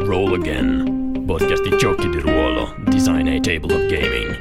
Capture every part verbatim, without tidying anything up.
Roll Again, podcast di giochi di ruolo, design e tabletop gaming.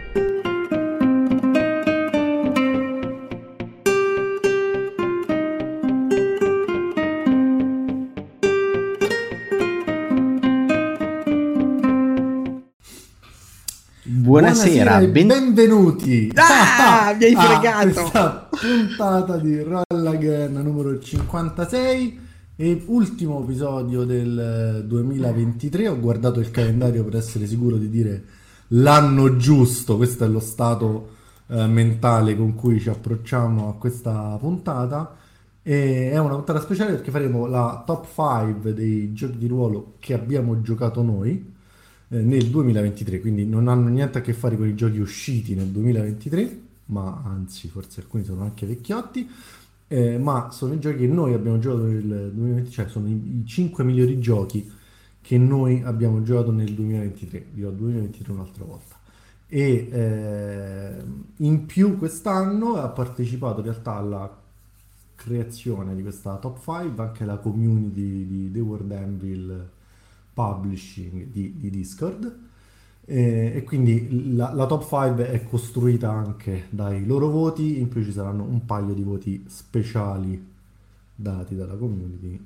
Buonasera, Buonasera ben... benvenuti ah, mi hai fregato. questa puntata di Roll Again numero cinquantasei e ultimo episodio del duemilaventitré. Ho guardato il calendario per essere sicuro di dire l'anno giusto. Questo è lo stato eh, mentale con cui ci approcciamo a questa puntata, e è una puntata speciale perché faremo la top cinque dei giochi di ruolo che abbiamo giocato noi nel duemilaventitré, quindi non hanno niente a che fare con i giochi usciti nel duemilaventitré, ma anzi forse alcuni sono anche vecchiotti, eh, ma sono i giochi che noi abbiamo giocato nel duemilaventitré, cioè sono i, i cinque migliori giochi che noi abbiamo giocato nel duemilaventitré. Io ho duemilaventitré un'altra volta, e eh, in più quest'anno ha partecipato in realtà alla creazione di questa top cinque anche la community di The World Anvil Publishing di, di Discord, eh, e quindi la, la top cinque è costruita anche dai loro voti, in più ci saranno un paio di voti speciali dati dalla community,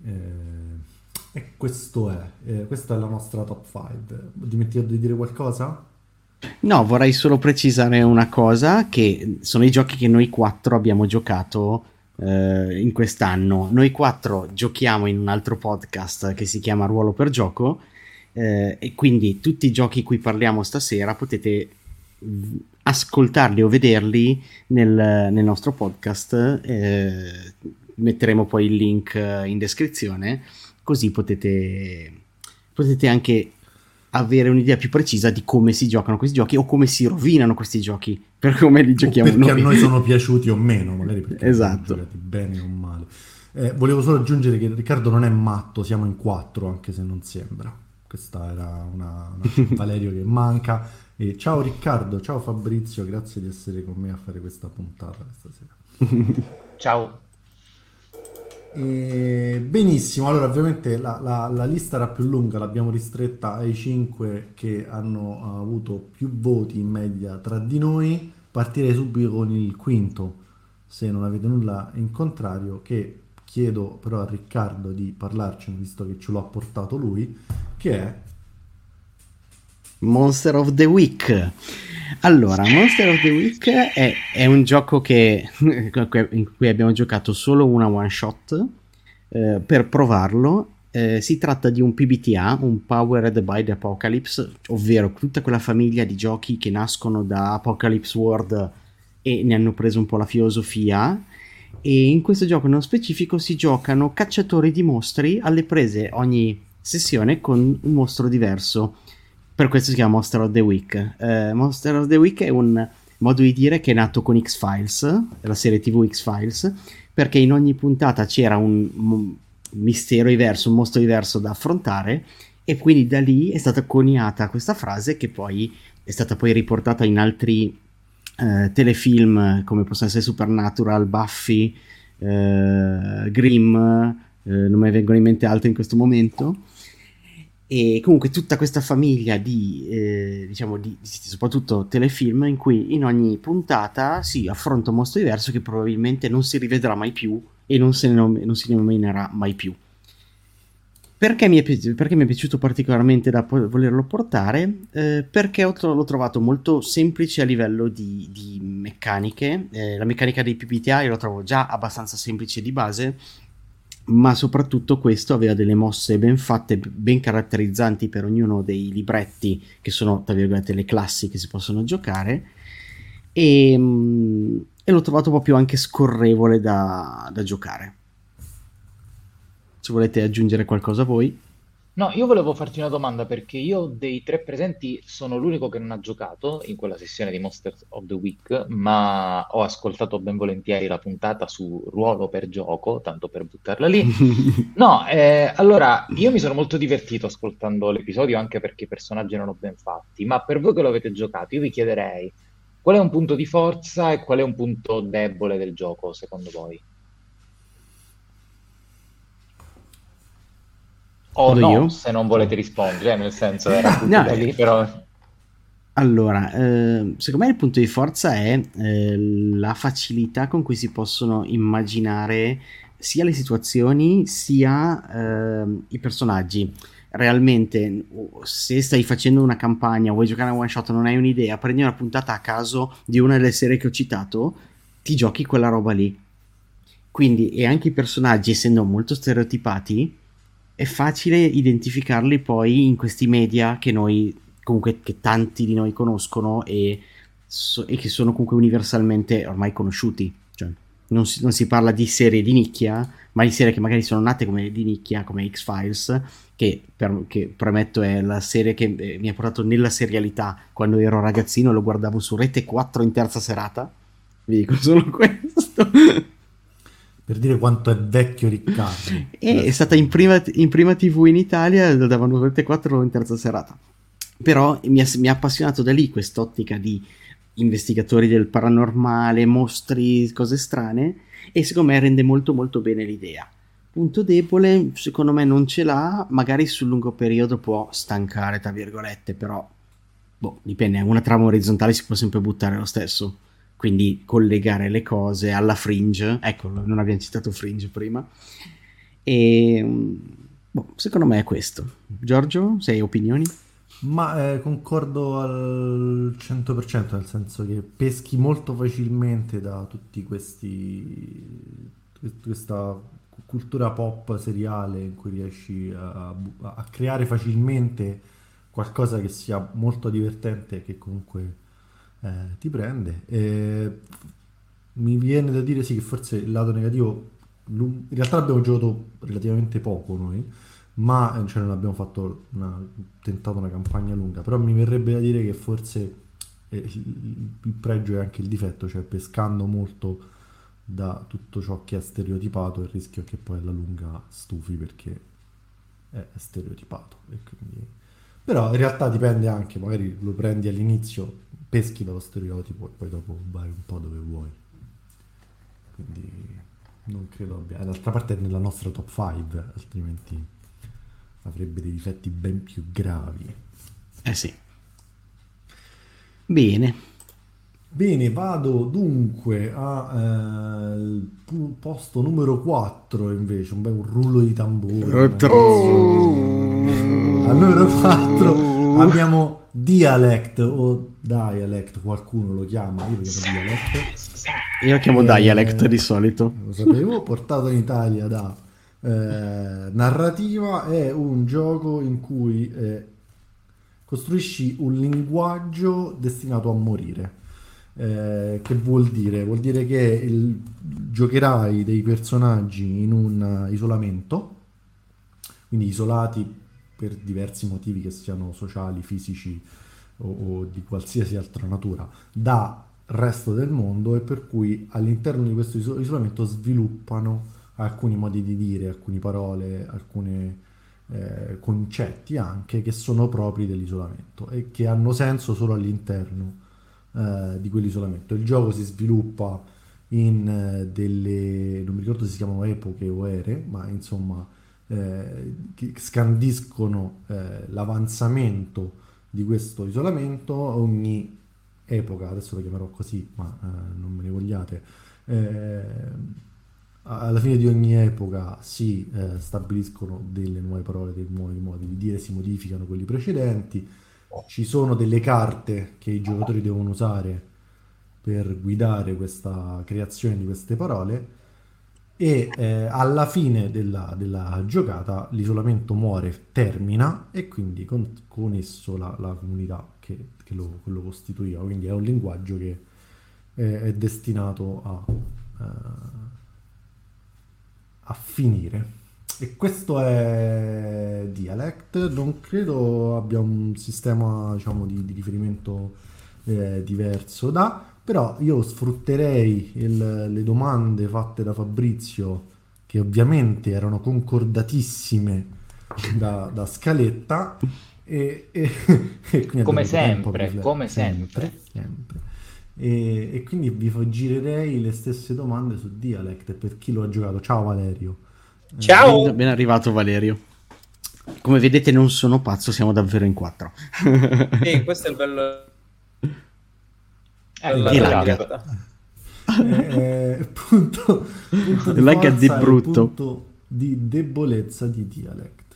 eh, e questo è eh, questa è la nostra top cinque. Ho dimenticato di dire qualcosa? No, vorrei solo precisare una cosa, che sono i giochi che noi quattro abbiamo giocato Uh, in quest'anno. Noi quattro giochiamo in un altro podcast che si chiama Ruolo per Gioco, uh, e quindi tutti i giochi cui parliamo stasera potete v- ascoltarli o vederli nel, nel nostro podcast. Uh, metteremo poi il link in descrizione, così potete potete anche avere un'idea più precisa di come si giocano questi giochi o come si rovinano questi giochi per come li giochiamo o perché noi. a noi sono piaciuti o meno, magari perché esatto, sono giocati bene o male. Eh, volevo solo aggiungere che Riccardo non è matto, siamo in quattro, anche se non sembra. Questa era una, una Valerio che manca. E ciao Riccardo, ciao Fabrizio, grazie di essere con me a fare questa puntata questa sera. Ciao. E benissimo, allora ovviamente la, la, la lista era più lunga, l'abbiamo ristretta ai cinque che hanno avuto più voti in media tra di noi. Partirei subito con il quinto, se non avete nulla in contrario, che chiedo però a Riccardo di parlarcene, visto che ce l'ha portato lui, che è Monster of the Week. Allora, Monster of the Week è, è un gioco che in cui abbiamo giocato solo una one shot eh, per provarlo. Eh, si tratta di un P B T A, un Powered by the Apocalypse, ovvero tutta quella famiglia di giochi che nascono da Apocalypse World e ne hanno preso un po' la filosofia. E in questo gioco nello specifico si giocano cacciatori di mostri alle prese ogni sessione con un mostro diverso. Per questo si chiama Monster of the Week. Eh, Monster of the Week è un modo di dire che è nato con X-Files, la serie tivù X-Files, perché in ogni puntata c'era un, un mistero diverso, un mostro diverso da affrontare, e quindi da lì è stata coniata questa frase, che poi è stata poi riportata in altri eh, telefilm come possono essere Supernatural, Buffy, eh, Grimm, eh, non me ne vengono in mente altri in questo momento. E comunque tutta questa famiglia di, eh, diciamo, di, soprattutto telefilm, in cui in ogni puntata si affronta un mostro diverso che probabilmente non si rivedrà mai più e non, se ne nom- non si nominerà mai più. Perché mi è, pi- perché mi è piaciuto particolarmente da po- volerlo portare? Eh, perché ho tro- l'ho trovato molto semplice a livello di, di meccaniche. Eh, la meccanica dei P B T A io la trovo già abbastanza semplice di base, ma soprattutto questo aveva delle mosse ben fatte, ben caratterizzanti per ognuno dei libretti, che sono tra virgolette le classi che si possono giocare, e, e l'ho trovato proprio anche scorrevole da, da giocare. Se volete aggiungere qualcosa voi. No, io volevo farti una domanda perché io dei tre presenti sono l'unico che non ha giocato in quella sessione di Monsters of the Week, ma ho ascoltato ben volentieri la puntata su ruolo per gioco, tanto per buttarla lì. No, eh, allora, io mi sono molto divertito ascoltando l'episodio anche perché i personaggi erano ben fatti, ma per voi che lo avete giocato, io vi chiederei qual è un punto di forza e qual è un punto debole del gioco, secondo voi? O Vado no, io? se non volete rispondere, eh, nel senso era No, buttata lì, eh, però... allora, eh, secondo me il punto di forza è eh, la facilità con cui si possono immaginare sia le situazioni sia ehm, i personaggi. Realmente, se stai facendo una campagna, vuoi giocare a one shot, non hai un'idea, prendi una puntata a caso di una delle serie che ho citato, ti giochi quella roba lì. Quindi, e anche i personaggi, essendo molto stereotipati, è facile identificarli poi in questi media che noi, comunque, che tanti di noi conoscono e, so- e che sono comunque universalmente ormai conosciuti. Cioè, non si, non si parla di serie di nicchia, ma di serie che magari sono nate come di nicchia, come X-Files, che, per- che premetto è la serie che eh, mi ha portato nella serialità quando ero ragazzino, lo guardavo su Rete quattro in terza serata. Vi dico solo questo. Per dire quanto è vecchio Riccardo. E è Questo. stata in prima, in prima T V in Italia, lo davano tutte e quattro in terza serata. Però mi ha, mi ha appassionato da lì quest'ottica di investigatori del paranormale, mostri, cose strane, e secondo me rende molto molto bene l'idea. Punto debole, secondo me non ce l'ha, magari sul lungo periodo può stancare, tra virgolette, però boh, dipende, una trama orizzontale si può sempre buttare lo stesso, quindi collegare le cose alla Fringe, ecco, non abbiamo citato Fringe prima, e boh, secondo me è questo. Giorgio, sei opinioni? Ma eh, concordo al cento per cento, nel senso che peschi molto facilmente da tutti questi, questa cultura pop seriale in cui riesci a, a creare facilmente qualcosa che sia molto divertente e che comunque eh, ti prende. E mi viene da dire sì che forse il lato negativo, lu- in realtà abbiamo giocato relativamente poco noi, ma eh, cioè, non abbiamo fatto una, tentato una campagna lunga, però mi verrebbe da dire che forse eh, il, il pregio è anche il difetto, cioè pescando molto da tutto ciò che è stereotipato, il rischio è che poi alla lunga stufi perché è stereotipato. E quindi... Però in realtà dipende anche, magari lo prendi all'inizio, peschi dallo stereotipo e poi dopo vai un po' dove vuoi. Quindi non credo abbia... D'altra parte è nella nostra top cinque, altrimenti avrebbe dei difetti ben più gravi. Eh sì. Bene. Bene, vado dunque al posto numero quattro invece, un bel un rullo di tamburi. Al numero quattro abbiamo Dialect o Dialect, qualcuno lo chiama, io lo chiamo Dialect. Io lo chiamo Eh, Dialect di solito. Lo sapevo, portato in Italia da eh, Narrativa, è un gioco in cui eh, costruisci un linguaggio destinato a morire. Eh, che vuol dire? Vuol dire che il- giocherai dei personaggi in un isolamento, quindi isolati per diversi motivi che siano sociali, fisici o, o di qualsiasi altra natura, dal resto del mondo, e per cui all'interno di questo iso- isolamento sviluppano alcuni modi di dire, alcune parole, alcuni concetti anche che sono propri dell'isolamento e che hanno senso solo all'interno eh, di quell'isolamento. Il gioco si sviluppa in eh, delle, non mi ricordo se si chiamano epoche o ere, ma insomma eh, che scandiscono eh, l'avanzamento di questo isolamento. Ogni epoca, adesso lo chiamerò così, ma eh, non me ne vogliate, eh, alla fine di ogni epoca si eh, stabiliscono delle nuove parole, dei nuovi modi di dire, si modificano quelli precedenti. Ci sono delle carte che i giocatori devono usare per guidare questa creazione di queste parole, e eh, alla fine della, della giocata l'isolamento muore, termina, e quindi con, con esso la, la comunità che, che lo, che lo costituiva. Quindi è un linguaggio che è, è destinato a, eh, a finire. E questo è Dialect. Non credo abbia un sistema, diciamo, di, di riferimento eh, diverso da... Però io sfrutterei il- le domande fatte da Fabrizio, che ovviamente erano concordatissime da, da scaletta, e, e- e quindi Come abbiamo avuto tempo per sempre, riflettere. come sempre. sempre, sempre. E, e quindi vi fa- girerei le stesse domande su Dialect per chi lo ha giocato. Ciao Valerio. Ben, Ciao! ben arrivato Valerio. come vedete non sono pazzo, siamo davvero in quattro. Sì, questo è il bello. Eh, la E realtà. Eh, punto, punto di Lagga di forza e brutto. punto di debolezza di Dialect.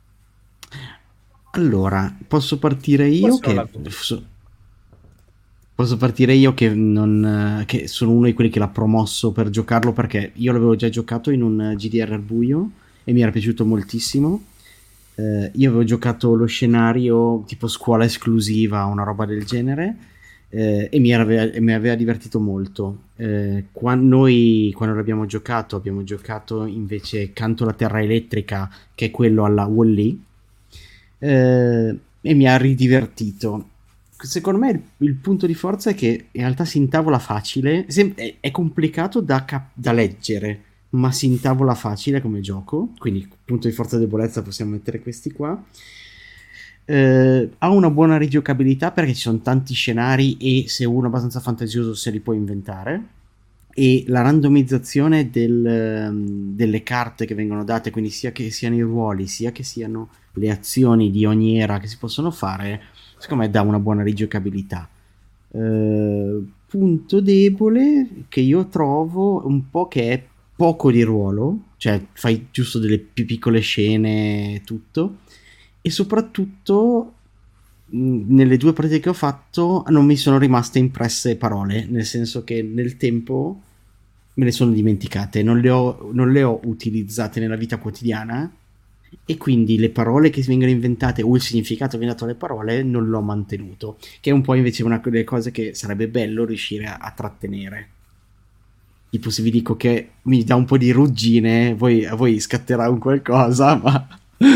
Allora, posso partire io Forse non che la- so- posso partire io che non eh, che sono uno di quelli che l'ha promosso per giocarlo, perché io l'avevo già giocato in un G D R al buio e mi era piaciuto moltissimo. Eh, io avevo giocato lo scenario tipo scuola esclusiva, una roba del genere, eh, e mi, era- e mi aveva divertito molto. Eh, qua- noi quando l'abbiamo giocato abbiamo giocato invece Canto la Terra Elettrica, che è quello alla Wall-E, eh, e mi ha ridivertito. Secondo me il, il punto di forza è che in realtà si intavola facile, sem- è, è complicato da, cap- da leggere, ma si intavola facile come gioco, quindi punto di forza e debolezza possiamo mettere questi qua. Eh, ha una buona rigiocabilità perché ci sono tanti scenari e se uno è abbastanza fantasioso se li può inventare, e la randomizzazione del, ehm, delle carte che vengono date, quindi sia che siano i ruoli sia che siano le azioni di ogni era che si possono fare, secondo me dà una buona rigiocabilità. Eh, punto debole che io trovo un po' che è poco di ruolo, cioè fai giusto delle più piccole scene e tutto, e soprattutto mh, nelle due partite che ho fatto non mi sono rimaste impresse parole, nel senso che nel tempo me le sono dimenticate, non le ho, non le ho utilizzate nella vita quotidiana, e quindi le parole che vengono inventate o il significato che viene dato alle parole non l'ho mantenuto, che è un po' invece una delle cose che sarebbe bello riuscire a, a trattenere. Tipo se vi dico che mi dà un po' di ruggine, voi, a voi scatterà un qualcosa, ma...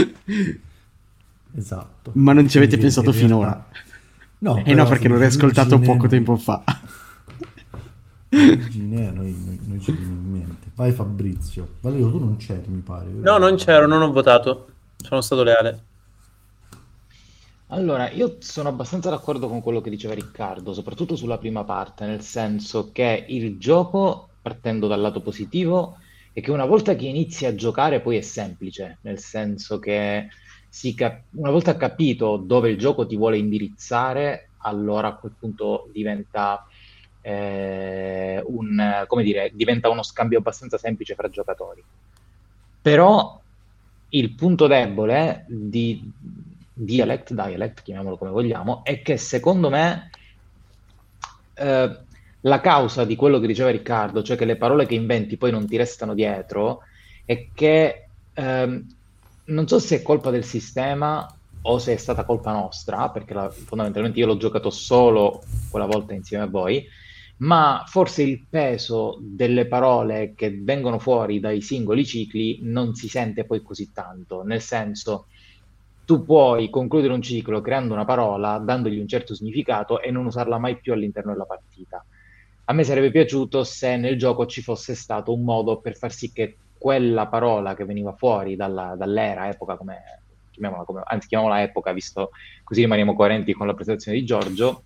Esatto. ma non ci avete Quindi, pensato in realtà- finora. No, Eh però no, perché se l'ho dici riascoltato ruggine, poco noi- tempo fa. ruggine, noi, noi, noi ci viene in mente. Vai Fabrizio. Valerio, tu non c'eri, mi pare. vero? No, non c'ero, non ho votato. Sono stato leale. Allora, io sono abbastanza d'accordo con quello che diceva Riccardo, soprattutto sulla prima parte, nel senso che il gioco, partendo dal lato positivo, è che una volta che inizi a giocare poi è semplice, nel senso che si cap- una volta capito dove il gioco ti vuole indirizzare, allora a quel punto diventa, eh, un, come dire, diventa uno scambio abbastanza semplice fra giocatori. Però il punto debole di Dialect, Dialect, chiamiamolo come vogliamo, è che secondo me eh, la causa di quello che diceva Riccardo, cioè che le parole che inventi poi non ti restano dietro, è che ehm, non so se è colpa del sistema o se è stata colpa nostra, perché la- fondamentalmente io l'ho giocato solo quella volta insieme a voi, ma forse il peso delle parole che vengono fuori dai singoli cicli non si sente poi così tanto, nel senso tu puoi concludere un ciclo creando una parola, dandogli un certo significato e non usarla mai più all'interno della partita. A me sarebbe piaciuto se nel gioco ci fosse stato un modo per far sì che quella parola che veniva fuori dalla- dall'era, epoca, come, chiamiamola come, anzi chiamiamola epoca, visto così rimaniamo coerenti con la presentazione di Giorgio,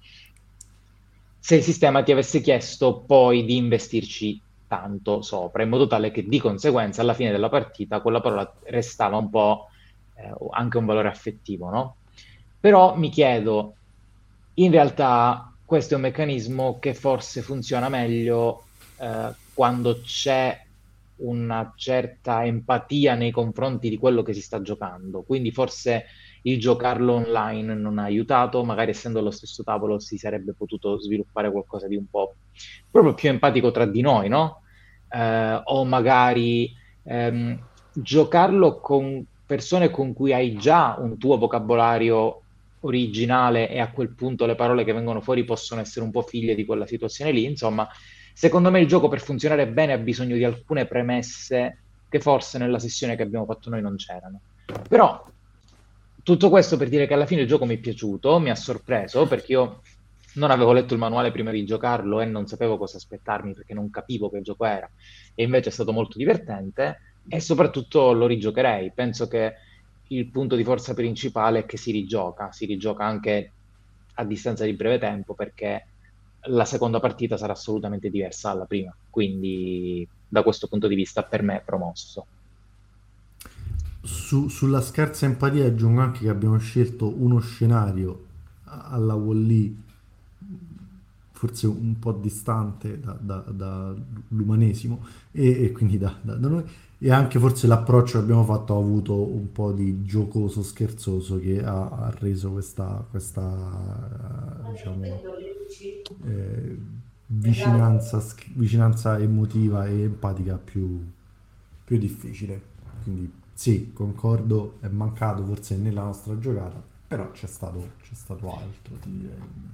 se il sistema ti avesse chiesto poi di investirci tanto sopra, in modo tale che di conseguenza alla fine della partita quella parola restava un po' eh, anche un valore affettivo, no? Però mi chiedo, in realtà questo è un meccanismo che forse funziona meglio eh, quando c'è una certa empatia nei confronti di quello che si sta giocando, quindi forse il giocarlo online non ha aiutato, magari essendo allo stesso tavolo si sarebbe potuto sviluppare qualcosa di un po' proprio più empatico tra di noi, no? Eh, o magari ehm, giocarlo con persone con cui hai già un tuo vocabolario originale e a quel punto le parole che vengono fuori possono essere un po' figlie di quella situazione lì, insomma, secondo me il gioco per funzionare bene ha bisogno di alcune premesse che forse nella sessione che abbiamo fatto noi non c'erano. Però tutto questo per dire che alla fine il gioco mi è piaciuto, mi ha sorpreso perché io non avevo letto il manuale prima di giocarlo e non sapevo cosa aspettarmi perché non capivo che gioco era, e invece è stato molto divertente e soprattutto lo rigiocherei. Penso che il punto di forza principale è che si rigioca, si rigioca anche a distanza di breve tempo perché la seconda partita sarà assolutamente diversa dalla prima, quindi da questo punto di vista per me è promosso. su- sulla scarsa empatia aggiungo anche che abbiamo scelto uno scenario a- alla Wall-E forse un po' distante da- da- dall'umanesimo e, e quindi da, da- da noi e anche forse l'approccio che abbiamo fatto ha avuto un po' di giocoso scherzoso che ha, ha reso questa, questa eh, diciamo eh, vicinanza, sch- vicinanza emotiva e empatica più, più difficile. Quindi sì, concordo, è mancato forse nella nostra giocata, però c'è stato, c'è stato altro, ti direi.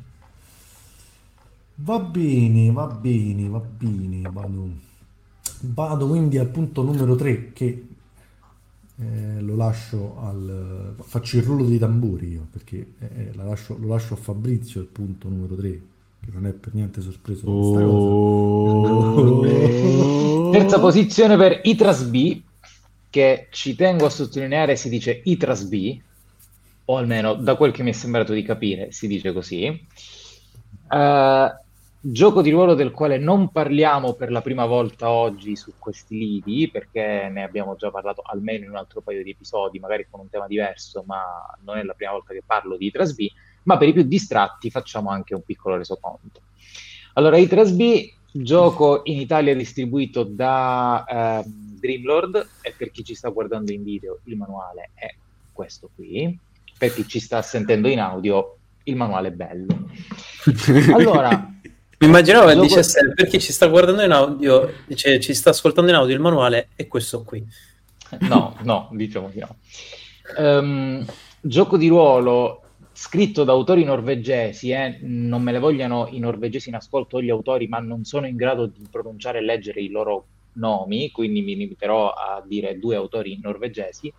Va bene, va bene, va bene, vado, vado quindi al punto numero tre che eh, lo lascio al... faccio il rullo dei tamburi io, perché eh, la lascio- lo lascio a Fabrizio il punto numero tre, che non è per niente sorpreso da questa cosa. Terza posizione per Itras B, che ci tengo a sottolineare si dice Itras B, o almeno da quel che mi è sembrato di capire si dice così. Eh, gioco di ruolo del quale non parliamo per la prima volta oggi su questi lidi, perché ne abbiamo già parlato almeno in un altro paio di episodi, magari con un tema diverso, ma non è la prima volta che parlo di Itras B, ma per i più distratti facciamo anche un piccolo resoconto. Allora, Itras B, gioco in Italia distribuito da ehm, Dreamlord, e per chi ci sta guardando in video il manuale è questo qui, per chi ci sta sentendo in audio il manuale è bello. Allora, Mi immaginavo che gioco- dicesse per chi ci sta guardando in audio, cioè ci sta ascoltando in audio il manuale è questo qui. No, no, diciamo di no. Ehm, gioco di ruolo scritto da autori norvegesi, eh, non me le vogliano i norvegesi in ascolto o gli autori, ma non sono in grado di pronunciare e leggere i loro nomi, quindi mi limiterò a dire due autori norvegesi.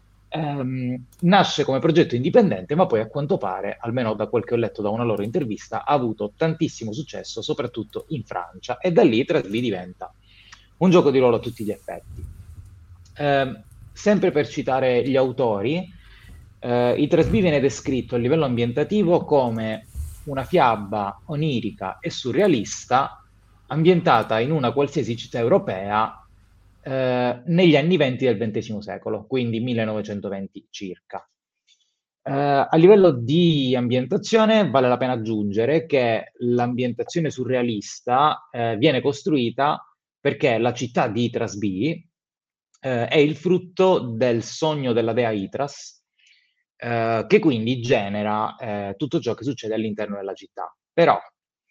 Ehm, nasce come progetto indipendente, ma poi a quanto pare, almeno da quel che ho letto da una loro intervista, ha avuto tantissimo successo, soprattutto in Francia, e da lì tre D diventa un gioco di ruolo a tutti gli effetti. Eh, sempre per citare gli autori, eh, il tre D viene descritto a livello ambientativo come una fiaba onirica e surrealista ambientata in una qualsiasi città europea eh, negli anni venti del ventesimo secolo, quindi millenovecentoventi circa. Eh, a livello di ambientazione vale la pena aggiungere che l'ambientazione surrealista eh, viene costruita perché la città di Itras B eh, è il frutto del sogno della dea Itras, eh, che quindi genera eh, tutto ciò che succede all'interno della città. Però,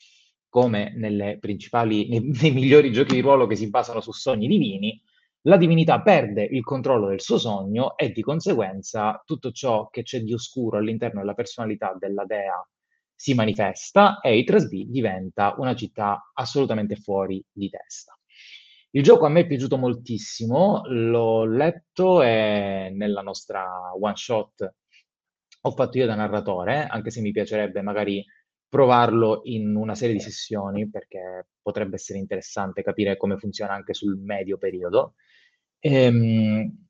come nelle principali, nei, nei migliori giochi di ruolo che si basano su sogni divini, la divinità perde il controllo del suo sogno e di conseguenza tutto ciò che c'è di oscuro all'interno della personalità della dea si manifesta e Itras B diventa una città assolutamente fuori di testa. Il gioco a me è piaciuto moltissimo, l'ho letto e nella nostra one shot ho fatto io da narratore, anche se mi piacerebbe magari provarlo in una serie di sessioni, perché potrebbe essere interessante capire come funziona anche sul medio periodo. Ehm,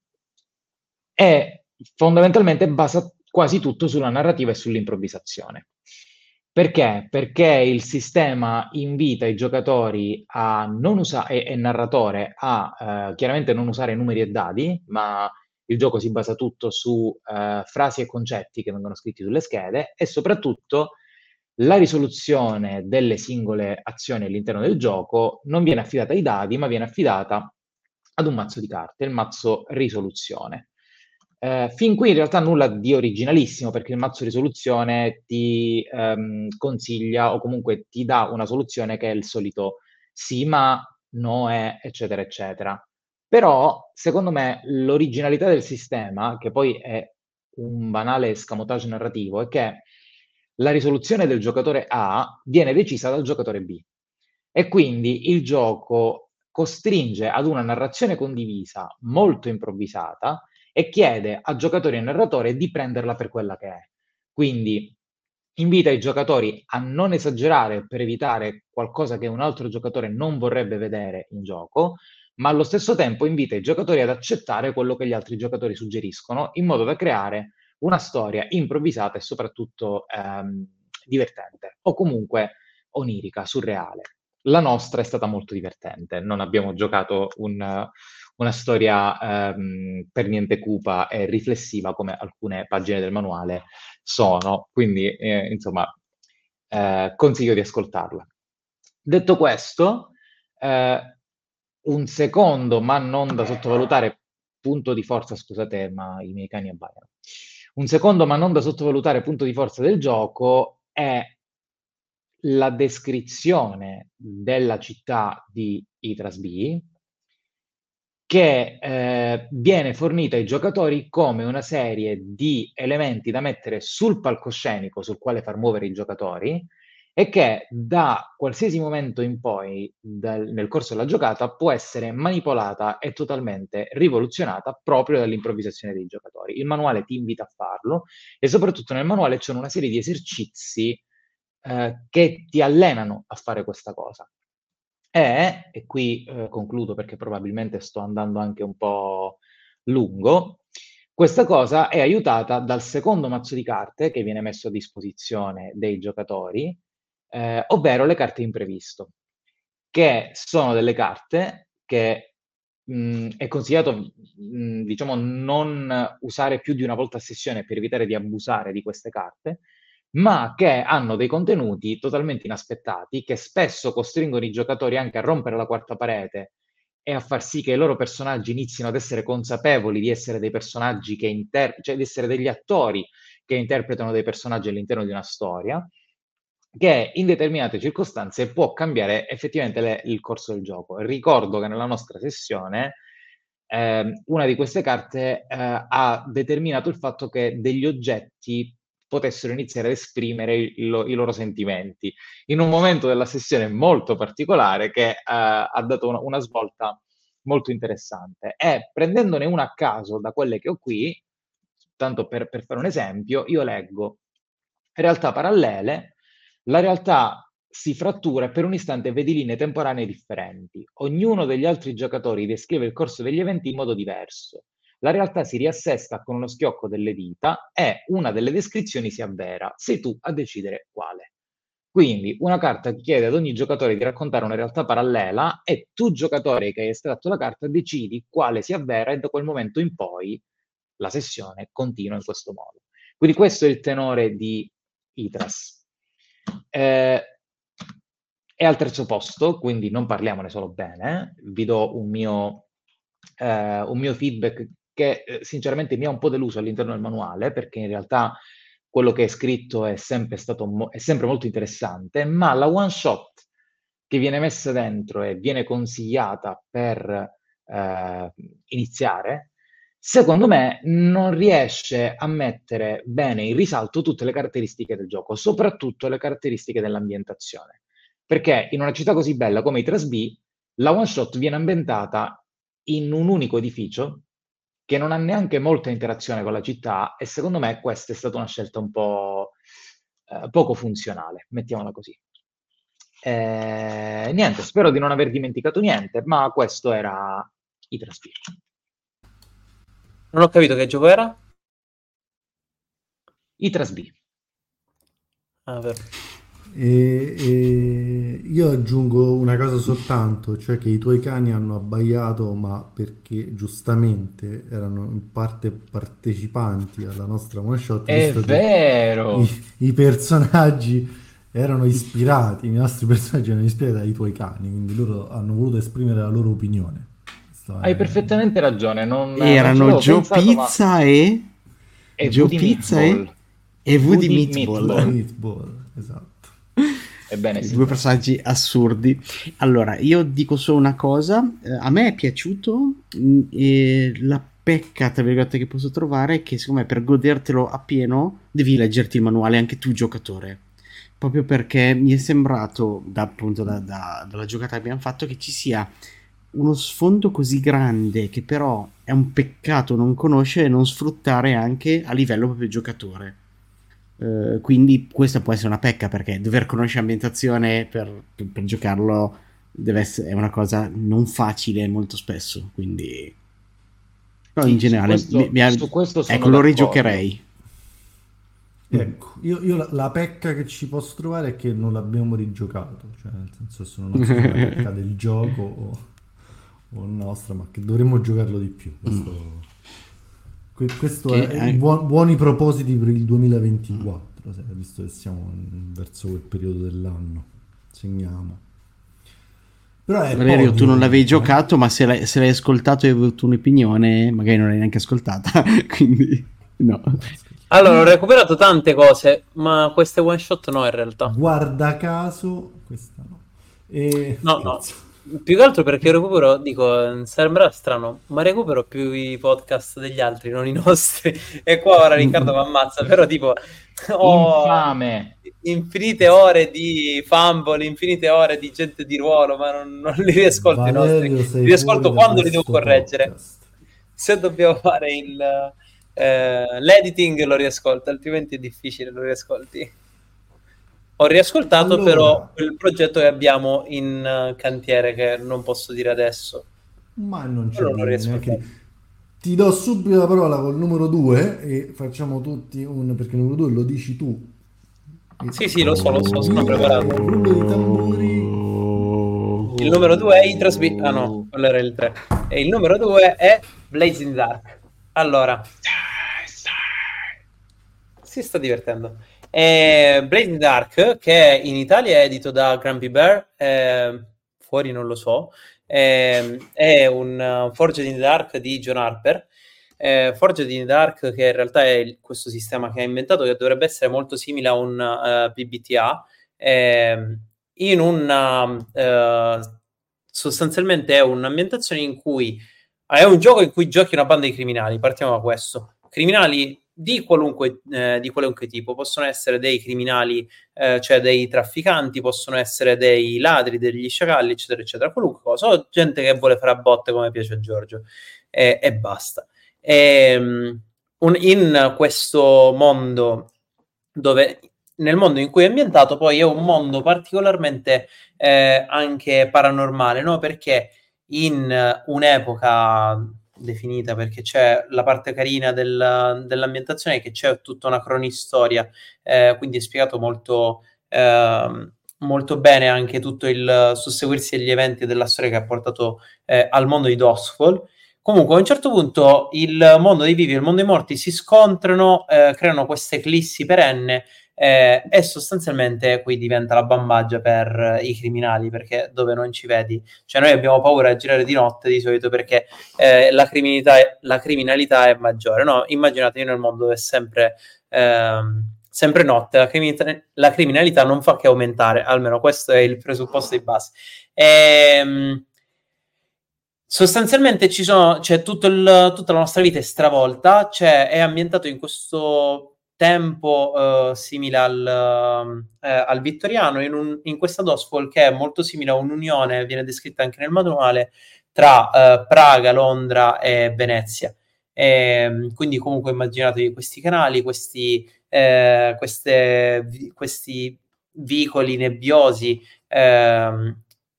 e fondamentalmente basa quasi tutto sulla narrativa e sull'improvvisazione. Perché? Perché il sistema invita i giocatori a non usare, e il narratore a eh, chiaramente non usare numeri e dadi, ma il gioco si basa tutto su eh, frasi e concetti che vengono scritti sulle schede e soprattutto la risoluzione delle singole azioni all'interno del gioco non viene affidata ai dadi, ma viene affidata ad un mazzo di carte, il mazzo risoluzione. Eh, fin qui in realtà nulla di originalissimo perché il mazzo risoluzione ti ehm, consiglia o comunque ti dà una soluzione che è il solito sì, ma, no, è, eccetera, eccetera. Però, secondo me, l'originalità del sistema, che poi è un banale escamotage narrativo, è che la risoluzione del giocatore A viene decisa dal giocatore B. E quindi il gioco costringe ad una narrazione condivisa molto improvvisata e chiede a giocatori e narratore di prenderla per quella che è. Quindi invita i giocatori a non esagerare per evitare qualcosa che un altro giocatore non vorrebbe vedere in gioco, ma allo stesso tempo invita i giocatori ad accettare quello che gli altri giocatori suggeriscono, in modo da creare una storia improvvisata e soprattutto ehm, divertente, o comunque onirica, surreale. La nostra è stata molto divertente, non abbiamo giocato un, una storia ehm, per niente cupa e riflessiva come alcune pagine del manuale sono, quindi eh, insomma eh, consiglio di ascoltarla. Detto questo, eh, un secondo, ma non da sottovalutare, punto di forza, scusate, ma i miei cani abbaiano. Un secondo, ma non da sottovalutare, punto di forza del gioco è la descrizione della città di Itrasby, che eh, viene fornita ai giocatori come una serie di elementi da mettere sul palcoscenico sul quale far muovere i giocatori e che da qualsiasi momento in poi dal- nel corso della giocata può essere manipolata e totalmente rivoluzionata proprio dall'improvvisazione dei giocatori. Il manuale ti invita a farlo e soprattutto nel manuale c'è una serie di esercizi eh, che ti allenano a fare questa cosa. E, e qui eh, concludo perché probabilmente sto andando anche un po' lungo, questa cosa è aiutata dal secondo mazzo di carte che viene messo a disposizione dei giocatori, eh, ovvero le carte imprevisto, che sono delle carte che mh, è consigliato, mh, diciamo, non usare più di una volta a sessione per evitare di abusare di queste carte, ma che hanno dei contenuti totalmente inaspettati, che spesso costringono i giocatori anche a rompere la quarta parete e a far sì che i loro personaggi inizino ad essere consapevoli di essere dei personaggi che inter- cioè di essere degli attori che interpretano dei personaggi all'interno di una storia, che in determinate circostanze può cambiare effettivamente le- il corso del gioco. Ricordo che nella nostra sessione ehm, una di queste carte eh, ha determinato il fatto che degli oggetti potessero iniziare ad esprimere i, lo- i loro sentimenti in un momento della sessione molto particolare che eh, ha dato una, una svolta molto interessante. E prendendone una a caso da quelle che ho qui, tanto per, per fare un esempio, io leggo realtà parallele, la realtà si frattura e per un istante vedi linee temporanee differenti. Ognuno degli altri giocatori descrive il corso degli eventi in modo diverso. La realtà si riassesta con uno schiocco delle dita e una delle descrizioni si avvera. Sei tu a decidere quale. Quindi una carta chiede ad ogni giocatore di raccontare una realtà parallela e tu, giocatore che hai estratto la carta, decidi quale si avvera e da quel momento in poi la sessione continua in questo modo. Quindi questo è il tenore di Itras. Eh, è al terzo posto, quindi non parliamone solo bene. Vi do un mio, eh, un mio feedback che eh, sinceramente mi ha un po' deluso all'interno del manuale, perché in realtà quello che è scritto è sempre stato mo- è sempre molto interessante, ma la one shot che viene messa dentro e viene consigliata per eh, iniziare, secondo me non riesce a mettere bene in risalto tutte le caratteristiche del gioco, soprattutto le caratteristiche dell'ambientazione. Perché in una città così bella come i Trasby, la one shot viene ambientata in un unico edificio che non ha neanche molta interazione con la città e secondo me questa è stata una scelta un po' eh, poco funzionale, mettiamola così. Eh, niente, spero di non aver dimenticato niente, ma questo era i Trasby. Non ho capito che gioco era? I Trasby. Ah, vero. E, e io aggiungo una cosa soltanto, cioè che i tuoi cani hanno abbaiato, ma perché giustamente erano in parte partecipanti alla nostra one shot, È visto che vero! i, i personaggi erano ispirati, i nostri personaggi erano ispirati dai tuoi cani, quindi loro hanno voluto esprimere la loro opinione. Questo Hai è... perfettamente ragione, non, non ci Erano avevo Joe pensato, ma Pizza e è Joe Woody Pizza e, Meatball. e Woody Woody Meatball. Woody Meatball. Meatball, esatto. Ebbene I sì. due personaggi assurdi. Allora, io dico solo una cosa, eh, a me è piaciuto mh, e la pecca, tra virgolette, che posso trovare è che secondo me per godertelo appieno devi leggerti il manuale anche tu giocatore, proprio perché mi è sembrato, da, appunto da- da- dalla giocata che abbiamo fatto, che ci sia uno sfondo così grande che però è un peccato non conoscere e non sfruttare anche a livello proprio giocatore. Eh, quindi questa può essere una pecca perché dover conoscere ambientazione per, per, per giocarlo deve essere, è una cosa non facile molto spesso. Quindi, però in Sì, su generale, mi- questo, mi ha- su questo ecco, sono lo d'accordo. rigiocherei. Ecco, io, io la, la pecca che ci posso trovare è che non l'abbiamo rigiocato, cioè nel senso adesso non so se è una pecca del gioco o, o nostra, ma che dovremmo giocarlo di più. Questo, que- questo Che è è- buon- buoni propositi per il duemilaventiquattro, se- visto che siamo in- verso quel periodo dell'anno. Segniamo. Però è Valerio, tu podio, non l'avevi comunque, eh. giocato, ma se l'hai, se l'hai ascoltato e hai avuto un'opinione, magari non l'hai neanche ascoltata, quindi no. Allora, ho recuperato tante cose, ma queste one shot no in realtà. Guarda caso, questa no. E... No, no. scherzo. Più che altro perché io recupero, dico, sembrerà strano, ma recupero più i podcast degli altri, non i nostri. E qua ora Riccardo mi ammazza, però tipo ho Infame. infinite ore di fumble, infinite ore di gente di ruolo, ma non, non li riascolto i Valerio, nostri. sei Li riascolto fuori da quando li devo questo correggere. podcast. Se dobbiamo fare il eh, l'editing lo riascolto, altrimenti è difficile lo riascolti. Ho riascoltato Allora. però il progetto che abbiamo in eh, cantiere, che non posso dire adesso. Ma non c'è Quello non bisogno neanche riascoltato. di... Ti do subito la parola col numero due e facciamo tutti un... perché il numero due lo dici tu. E- Sì, sì, lo so, lo so, sono preparato. Rullo di tamburi. Il numero due è Itras B. Ah no, quello era il tre. E il numero due è Blazing Dark. Allora, si sta divertendo. E Blazing Dark, che in Italia è edito da Grumpy Bear, eh, fuori non lo so, eh, è un uh, Forged in the Dark di John Harper. Eh, Forged in the Dark, che in realtà è il- questo sistema che ha inventato, che dovrebbe essere molto simile a un uh, P B T A, ehm, in una eh, sostanzialmente è un'ambientazione in cui è un gioco in cui giochi una banda di criminali. Partiamo da questo. Criminali di qualunque, eh, di qualunque tipo, possono essere dei criminali, eh, cioè dei trafficanti, possono essere dei ladri, degli sciacalli, eccetera, eccetera, qualunque cosa, o gente che vuole fare a botte come piace a Giorgio, e, e basta. E, un, in questo mondo, dove nel mondo in cui è ambientato, poi è un mondo particolarmente eh, anche paranormale, no? Perché in eh, un'epoca definita, perché c'è la parte carina del, dell'ambientazione, che c'è tutta una cronistoria, eh, quindi è spiegato molto, eh, molto bene anche tutto il susseguirsi degli eventi della storia che ha portato eh, al mondo di Dustfall. Comunque a un certo punto il mondo dei vivi e il mondo dei morti si scontrano, eh, creano questa eclissi perenne, eh, e sostanzialmente qui diventa la bambagia per i criminali, perché dove non ci vedi, cioè noi abbiamo paura a girare di notte di solito perché eh, la, criminalità è, la criminalità è maggiore, no? Immaginate, io nel mondo dove è sempre, ehm, sempre notte, la criminalità, la criminalità non fa che aumentare, almeno questo è il presupposto di base. Ehm, sostanzialmente ci sono, c'è tutto il, tutta la nostra vita è stravolta, cioè è ambientato in questo tempo eh, simile al, eh, al vittoriano, in, un, in questa Dustfall che è molto simile a un'unione, viene descritta anche nel manuale, tra eh, Praga, Londra e Venezia. E, quindi comunque immaginatevi questi canali, questi, eh, queste, questi vicoli nebbiosi, eh,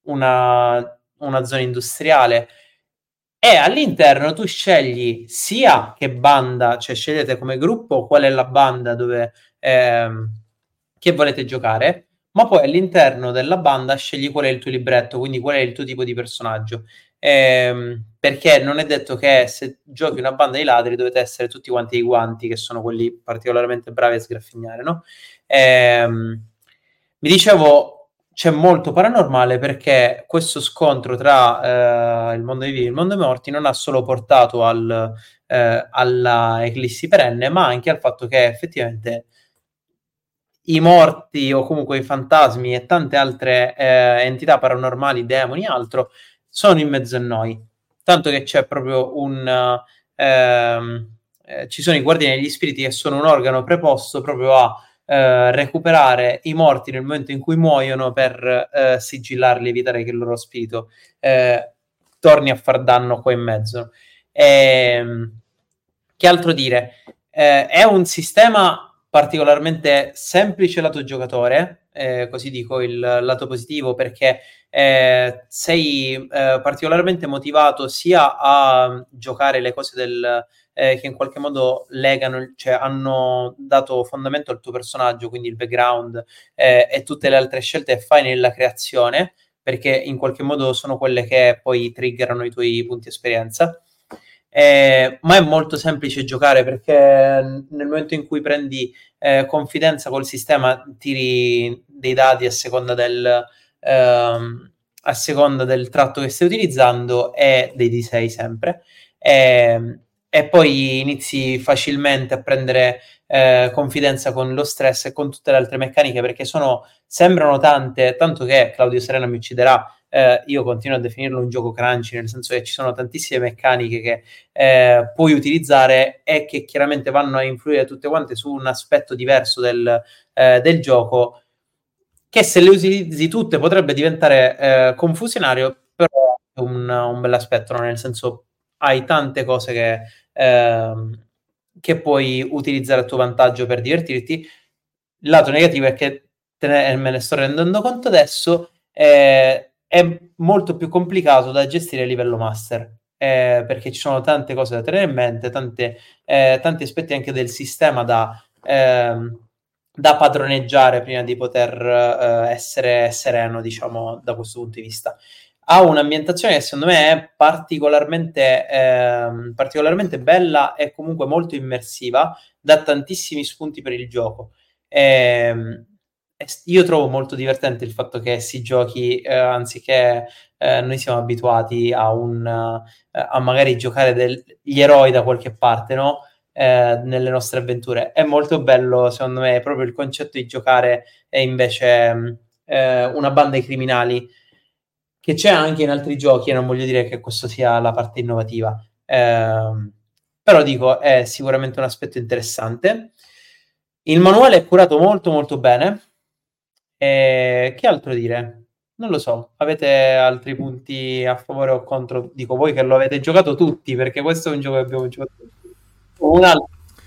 una, una zona industriale, e all'interno tu scegli sia che banda, cioè scegliete come gruppo qual è la banda dove ehm, che volete giocare, ma poi all'interno della banda scegli qual è il tuo libretto, quindi qual è il tuo tipo di personaggio. Ehm, perché non è detto che se giochi una banda di ladri dovete essere tutti quanti i guanti, che sono quelli particolarmente bravi a sgraffignare, no? Ehm, mi dicevo, c'è molto paranormale perché questo scontro tra eh, il mondo dei vivi e il mondo dei morti non ha solo portato al, eh, alla eclissi perenne, ma anche al fatto che effettivamente i morti o comunque i fantasmi e tante altre eh, entità paranormali, demoni e altro, sono in mezzo a noi. Tanto che c'è proprio un... ehm, eh, ci sono i guardiani degli spiriti, che sono un organo preposto proprio a eh, recuperare i morti nel momento in cui muoiono, per eh, sigillarli, evitare che il loro spirito eh, torni a far danno qua in mezzo. E, che altro dire? Eh, è un sistema particolarmente semplice lato giocatore, eh, così dico il lato positivo, perché eh, sei eh, particolarmente motivato sia a giocare le cose del, eh, che in qualche modo legano, cioè hanno dato fondamento al tuo personaggio, quindi il background eh, e tutte le altre scelte che fai nella creazione, perché in qualche modo sono quelle che poi triggerano i tuoi punti esperienza. Eh, ma è molto semplice giocare, perché nel momento in cui prendi eh, confidenza col sistema, tiri dei dadi a seconda del ehm, a seconda del tratto che stai utilizzando, e dei D sei sempre, e, e poi inizi facilmente a prendere eh, confidenza con lo stress e con tutte le altre meccaniche, perché sono sembrano tante, tanto che Claudio Serena mi ucciderà. Eh, io continuo a definirlo un gioco crunchy, nel senso che ci sono tantissime meccaniche che eh, puoi utilizzare e che chiaramente vanno a influire tutte quante su un aspetto diverso del, eh, del gioco, che se le utilizzi tutte potrebbe diventare eh, confusionario, però è un, un bel aspetto, no? Nel senso, hai tante cose che, ehm, che puoi utilizzare a tuo vantaggio per divertirti. Il lato negativo è che te ne, me ne sto rendendo conto adesso, eh, è molto più complicato da gestire a livello master, eh, perché ci sono tante cose da tenere in mente, tante, eh, tanti aspetti anche del sistema da, ehm, da padroneggiare prima di poter eh, essere sereno, diciamo, da questo punto di vista. Ha un'ambientazione che secondo me è particolarmente, ehm, particolarmente bella e comunque molto immersiva, dà tantissimi spunti per il gioco. Ehm, io trovo molto divertente il fatto che si giochi eh, anziché eh, noi siamo abituati a un eh, a magari giocare degli eroi da qualche parte, no? Eh, nelle nostre avventure. È molto bello, secondo me, proprio il concetto di giocare e invece eh, una banda di criminali, che c'è anche in altri giochi, e non voglio dire che questo sia la parte innovativa, eh, però dico, è sicuramente un aspetto interessante. Il manuale è curato molto molto bene. E che altro dire? Non lo so, avete altri punti a favore o contro? Dico voi che lo avete giocato tutti, perché questo è un gioco che abbiamo giocato tutti. Un altro.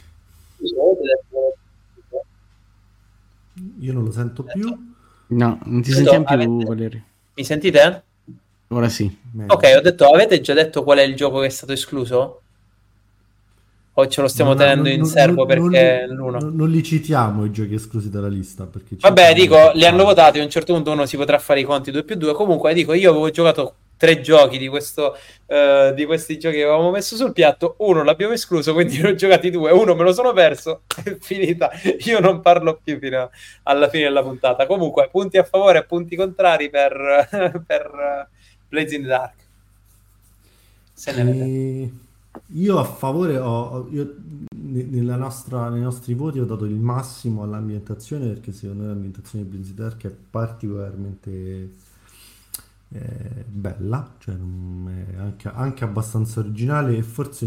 Io non lo sento più. No, non ti Detto, sentiamo più, avete... Valerio. Mi sentite? Ora sì. Meglio. Ok, ho detto, avete già detto qual è il gioco che è stato escluso? O ce lo stiamo Non- tenendo non- in non- serbo non- perché non, l'uno? non- non li citiamo i giochi esclusi dalla lista, perché ci Vabbè, sono dico, dei li hanno pali. votati, a un certo punto uno si potrà fare i conti due più due. Comunque, dico, io avevo giocato tre giochi di questo eh, di questi giochi che avevamo messo sul piatto, uno l'abbiamo escluso, quindi ne ho giocati due, uno me lo sono perso, è finita. Io non parlo più fino alla fine della puntata. Comunque, punti a favore e punti contrari per, per uh, Blades in the Dark. Se ne avete. E io a favore ho, ho- io ne- nella nostra, nei nostri voti ho dato il massimo all'ambientazione, perché secondo me l'ambientazione di Blades in the Dark è particolarmente eh, bella, cioè non- è anche, anche abbastanza originale e forse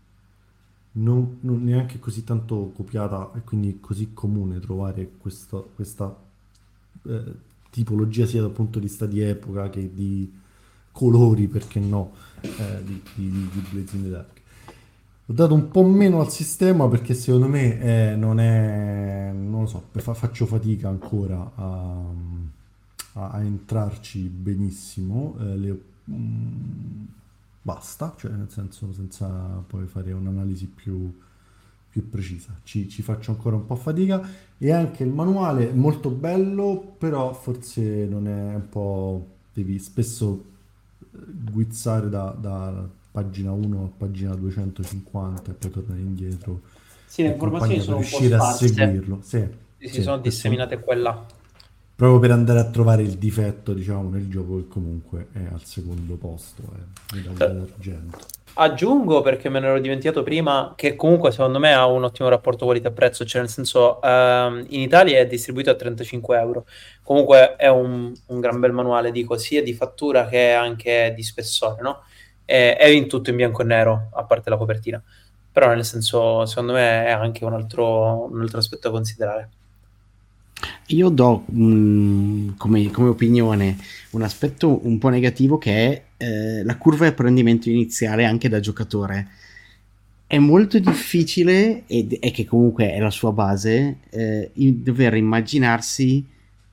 non, non neanche così tanto copiata e quindi così comune trovare questo- questa eh, tipologia sia dal punto di vista di epoca che di colori, perché no, eh, di, di, di, di Blades in the Dark. Ho dato un po' meno al sistema perché secondo me eh, non è, non lo so, fa- faccio fatica ancora a, a- a entrarci benissimo. eh, le- mm, basta, cioè nel senso senza poi fare un'analisi più, più precisa. Ci, ci faccio ancora un po' fatica e anche il manuale è molto bello, però forse non è un po'... devi spesso eh, guizzare da, da pagina uno a pagina duecentocinquanta e poi tornare indietro Sì, le e informazioni compagnia per sono un po' riuscire a sparse. seguirlo. Sì, Sì, sì, sì, sono questo- disseminate qua e là. proprio per andare a trovare il difetto, diciamo, nel gioco che comunque è al secondo posto, è medaglia d'argento. Aggiungo, perché me ne ero dimenticato prima, che comunque secondo me ha un ottimo rapporto qualità-prezzo, cioè nel senso ehm, in Italia è distribuito a trentacinque euro, comunque è un, un gran bel manuale, dico, sia di fattura che anche di spessore, no? E- È in tutto in bianco e nero, a parte la copertina, però nel senso secondo me è anche un altro, un altro aspetto da considerare. Io do mm, come, come opinione un aspetto un po' negativo, che è eh, la curva di apprendimento iniziale anche da giocatore. È molto difficile, ed è che comunque è la sua base, eh, il dover immaginarsi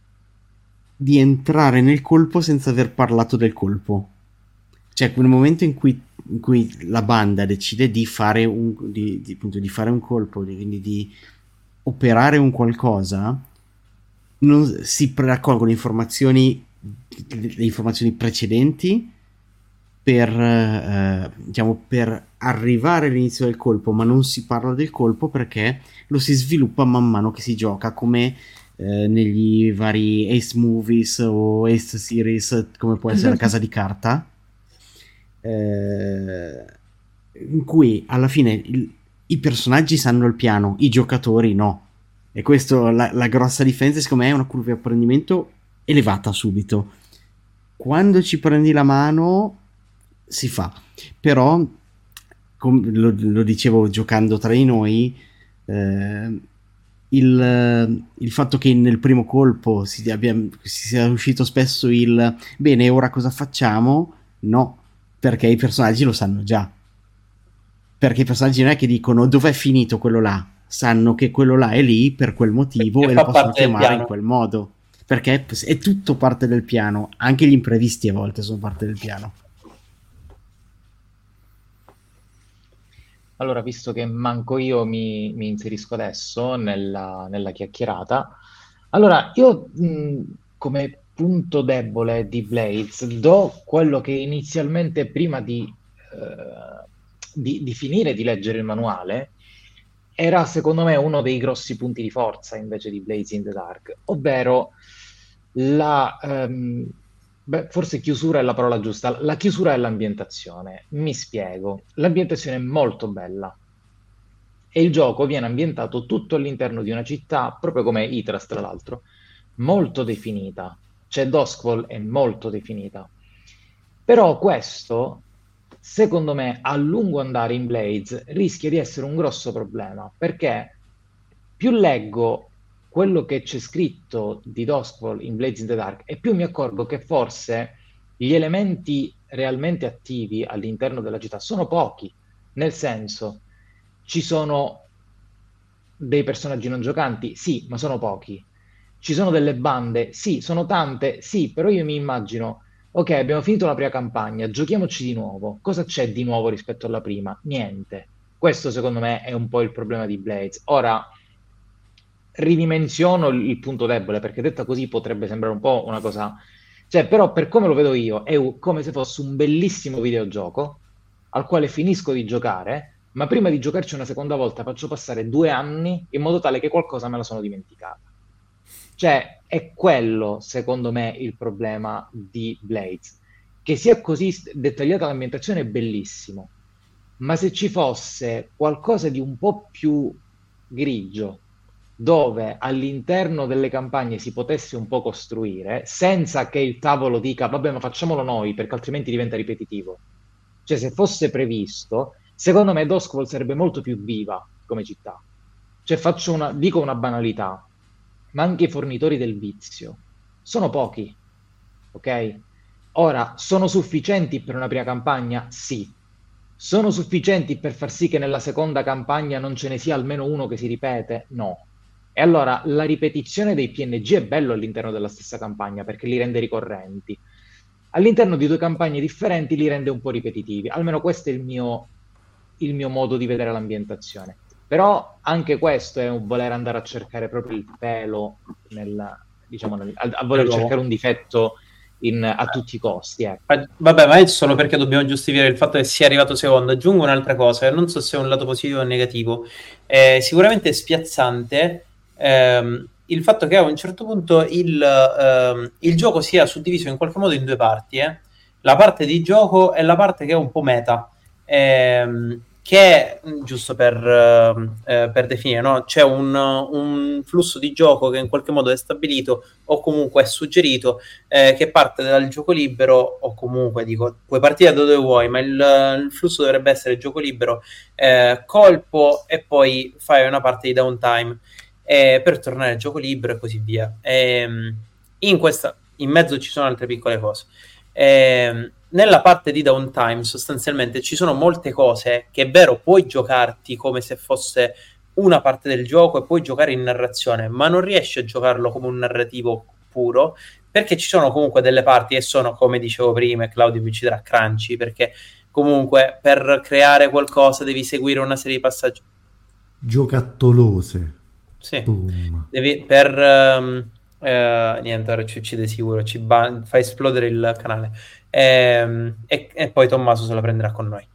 di entrare nel colpo senza aver parlato del colpo. Cioè, quel momento in cui, in cui la banda decide di fare un, di, di, appunto, di fare un colpo, di- quindi di operare un qualcosa, non si raccolgono informazioni le informazioni precedenti per, eh, diciamo, per arrivare all'inizio del colpo, ma non si parla del colpo perché lo si sviluppa man mano che si gioca, come eh, negli vari Ace Movies o Ace Series, come può essere la Casa di Carta, eh, in cui alla fine il, i personaggi sanno il piano, i giocatori no. E questo la, la grossa differenza, secondo me, è una curva di apprendimento elevata subito. Quando ci prendi la mano si fa, però com- lo, lo dicevo giocando tra di noi, eh, il, il fatto che nel primo colpo si, abbia, si sia uscito spesso il bene, ora cosa facciamo? No, perché i personaggi lo sanno già, perché i personaggi non è che dicono dov'è finito quello là, sanno che quello là è lì per quel motivo perché e lo possono chiamare in quel modo, perché è tutto parte del piano, anche gli imprevisti a volte sono parte del piano. Allora, visto che manco io mi, mi inserisco adesso nella, nella chiacchierata, allora io mh, come punto debole di Blades do quello che inizialmente prima di, eh, di, di finire di leggere il manuale era secondo me uno dei grossi punti di forza invece di Blades in the Dark, ovvero la... ehm, beh, forse chiusura è la parola giusta. La chiusura è l'ambientazione. Mi spiego. L'ambientazione è molto bella e il gioco viene ambientato tutto all'interno di una città, proprio come Itras, tra l'altro, molto definita. Cioè Duskwall è molto definita. Però questo, secondo me, a lungo andare in Blades rischia di essere un grosso problema, perché più leggo quello che c'è scritto di Duskwall in Blades in the Dark e più mi accorgo che forse gli elementi realmente attivi all'interno della città sono pochi, nel senso, ci sono dei personaggi non giocanti? Sì, ma sono pochi. Ci sono delle bande? Sì, sono tante? Sì, però io mi immagino, ok, abbiamo finito la prima campagna, giochiamoci di nuovo. Cosa c'è di nuovo rispetto alla prima? Niente. Questo secondo me è un po' il problema di Blades. Ora, ridimensiono il punto debole, perché detta così potrebbe sembrare un po' una cosa... Cioè, però per come lo vedo io, è come se fosse un bellissimo videogioco al quale finisco di giocare, ma prima di giocarci una seconda volta faccio passare due anni in modo tale che qualcosa me la sono dimenticata. Cioè, è quello, secondo me, il problema di Blades. Che sia così dettagliata l'ambientazione è bellissimo, ma se ci fosse qualcosa di un po' più grigio, dove all'interno delle campagne si potesse un po' costruire, senza che il tavolo dica, vabbè, ma facciamolo noi, perché altrimenti diventa ripetitivo. Cioè, se fosse previsto, secondo me Duskwall sarebbe molto più viva come città. Cioè, faccio una, dico una banalità, ma anche i fornitori del vizio sono pochi, ok? Ora, sono sufficienti per una prima campagna? Sì. Sono sufficienti per far sì che nella seconda campagna non ce ne sia almeno uno che si ripete? No. E allora la ripetizione dei P N G è bello all'interno della stessa campagna perché li rende ricorrenti. All'interno di due campagne differenti li rende un po' ripetitivi. Almeno questo è il mio, il mio modo di vedere l'ambientazione. Però anche questo è un voler andare a cercare proprio il pelo nel, diciamo, nel, a, a voler Però... cercare un difetto in, a tutti i costi. Eh. Vabbè, ma è solo perché dobbiamo giustificare il fatto che sia arrivato secondo. Aggiungo un'altra cosa, non so se è un lato positivo o negativo. Eh, sicuramente è spiazzante ehm, il fatto che a un certo punto il, ehm, il gioco sia suddiviso in qualche modo in due parti. Eh? La parte di gioco e la parte che è un po' meta. Ehm, che giusto per, eh, per definire, no? C'è un, un flusso di gioco che in qualche modo è stabilito o comunque è suggerito, eh, che parte dal gioco libero o comunque, dico, puoi partire da dove vuoi, ma il, il flusso dovrebbe essere gioco libero, eh, colpo e poi fai una parte di downtime eh, per tornare al gioco libero e così via. E, in questa, in mezzo ci sono altre piccole cose. E, nella parte di downtime sostanzialmente ci sono molte cose che è vero puoi giocarti come se fosse una parte del gioco e puoi giocare in narrazione, ma non riesci a giocarlo come un narrativo puro perché ci sono comunque delle parti e sono, come dicevo prima e Claudio mi citerà, crunchy, perché comunque per creare qualcosa devi seguire una serie di passaggi giocattolose. sì. Devi, per, um, Eh, niente, ora ci uccide sicuro, ci ba- fa esplodere il canale. Ehm, e, e poi Tommaso se la prenderà con noi.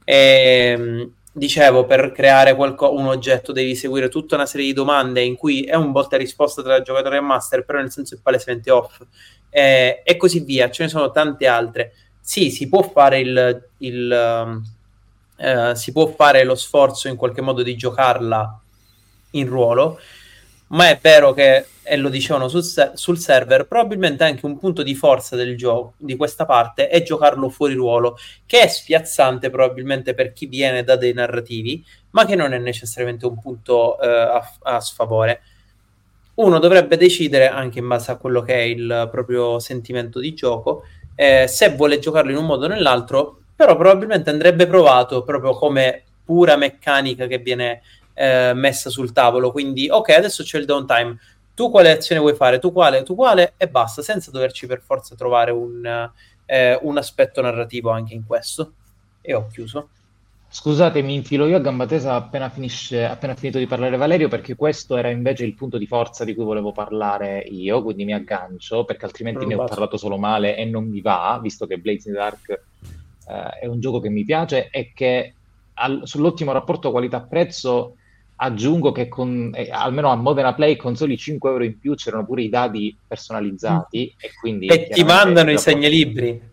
Ehm, dicevo, per creare qualco- un oggetto devi seguire tutta una serie di domande in cui è un volta e risposta tra giocatore e master, però nel senso è palesemente off. Eh, e così via, ce ne sono tante altre. Sì, si può fare il, il um, eh, si può fare lo sforzo in qualche modo di giocarla in ruolo, ma è vero che, e lo dicevano sul, se- sul server, probabilmente anche un punto di forza del gioco, di questa parte, è giocarlo fuori ruolo, che è spiazzante probabilmente per chi viene da dei narrativi, ma che non è necessariamente un punto eh, a, a sfavore. Uno dovrebbe decidere, anche in base a quello che è il proprio sentimento di gioco, eh, se vuole giocarlo in un modo o nell'altro, però probabilmente andrebbe provato proprio come pura meccanica che viene eh, messa sul tavolo. Quindi, ok, adesso c'è il downtime. Tu quale azione vuoi fare? Tu quale? Tu quale? E basta, senza doverci per forza trovare un, eh, un aspetto narrativo anche in questo. E ho chiuso. Scusate, mi infilo io a gamba tesa appena finisce, appena finito di parlare Valerio, perché questo era invece il punto di forza di cui volevo parlare io, quindi mi aggancio, perché altrimenti ne ho Rubato. parlato solo male e non mi va, visto che Blades in the Dark eh, è un gioco che mi piace e che al- sull'ottimo rapporto qualità-prezzo aggiungo che con, eh, almeno a Modena Play con soli cinque euro in più c'erano pure i dadi personalizzati e quindi E ti chiaramente mandano il i rapporto... segnalibri.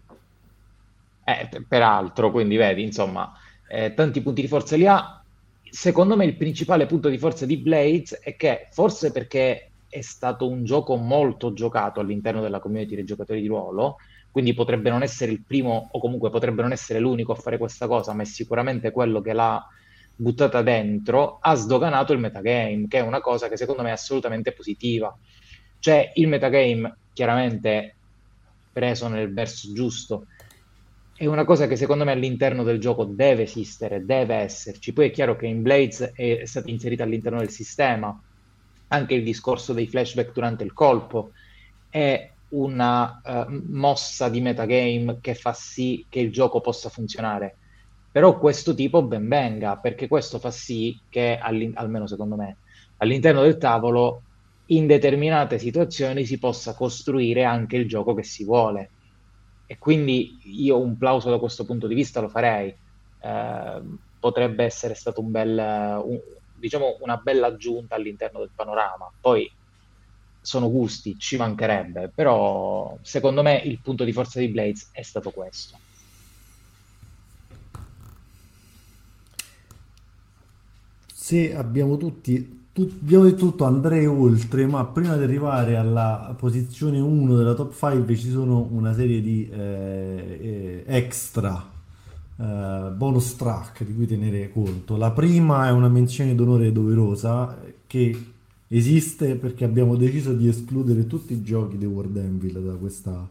Eh, per- peraltro, quindi vedi, insomma, eh, tanti punti di forza li ha. Secondo me il principale punto di forza di Blades è che, forse perché è stato un gioco molto giocato all'interno della community dei giocatori di ruolo, quindi potrebbe non essere il primo o comunque potrebbe non essere l'unico a fare questa cosa, ma è sicuramente quello che l'ha buttata dentro, ha sdoganato il metagame, che è una cosa che secondo me è assolutamente positiva. Cioè il metagame, chiaramente preso nel verso giusto, è una cosa che secondo me all'interno del gioco deve esistere, deve esserci. Poi è chiaro che in Blades è stata inserita all'interno del sistema anche il discorso dei flashback durante il colpo. È una uh, mossa di metagame che fa sì che il gioco possa funzionare. Però questo tipo ben venga, perché questo fa sì che, almeno secondo me, all'interno del tavolo, in determinate situazioni si possa costruire anche il gioco che si vuole. E quindi io un plauso da questo punto di vista lo farei. Eh, potrebbe essere stato un bel, un, diciamo, una bella aggiunta all'interno del panorama. Poi sono gusti, ci mancherebbe, però secondo me il punto di forza di Blades è stato questo. Se abbiamo tutti, tu- abbiamo detto tutto, andrei oltre, ma prima di arrivare alla posizione uno della top cinque ci sono una serie di eh, eh, extra eh, bonus track di cui tenere conto. La prima è una menzione d'onore doverosa eh, che esiste perché abbiamo deciso di escludere tutti i giochi di World Anvil da questa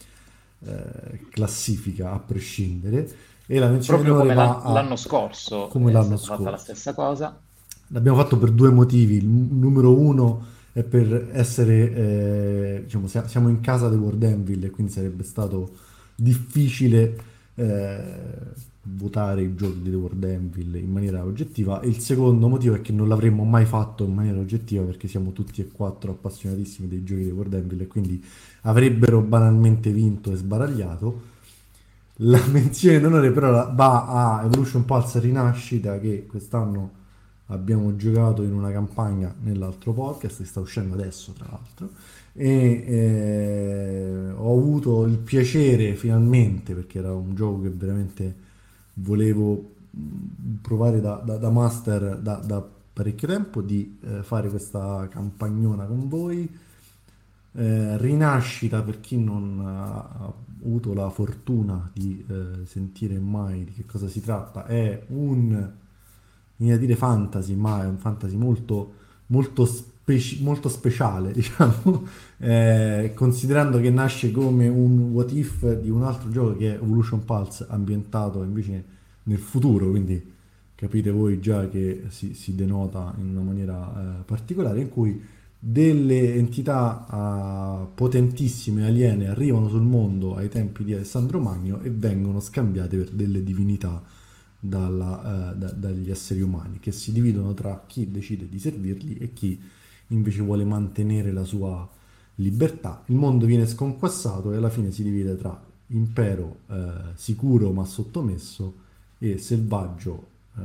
eh, classifica a prescindere, e la menzione Proprio d'onore come va l'an- a l'anno scorso come è l'anno stata fatta la scorso. stessa cosa. L'abbiamo fatto per due motivi. Il n- numero uno è per essere, eh, diciamo, sia- siamo in casa di World Anvil e quindi sarebbe stato difficile eh, votare i giochi di World Anvil in maniera oggettiva. E il secondo motivo è che non l'avremmo mai fatto in maniera oggettiva perché siamo tutti e quattro appassionatissimi dei giochi di World Anvil e quindi avrebbero banalmente vinto e sbaragliato. La menzione d'onore però la- va a Evolution Pulse Rinascita, che quest'anno abbiamo giocato in una campagna nell'altro podcast che sta uscendo adesso tra l'altro, e eh, ho avuto il piacere finalmente, perché era un gioco che veramente volevo mh, provare da, da- da master da, da parecchio tempo, di eh, fare questa campagnona con voi. Eh, Rinascita, per chi non ha avuto la fortuna di eh, sentire mai di che cosa si tratta, è un, viene a dire fantasy, ma è un fantasy molto, molto, speci- molto speciale, diciamo, eh, considerando che nasce come un what if di un altro gioco che è Evolution Pulse, ambientato invece nel futuro, quindi capite voi già che si, si denota in una maniera eh, particolare, in cui delle entità uh, potentissime aliene arrivano sul mondo ai tempi di Alessandro Magno e vengono scambiate per delle divinità dalla, uh, da, dagli esseri umani, che si dividono tra chi decide di servirli e chi invece vuole mantenere la sua libertà, il mondo viene sconquassato e alla fine si divide tra impero eh, sicuro ma sottomesso e selvaggio eh,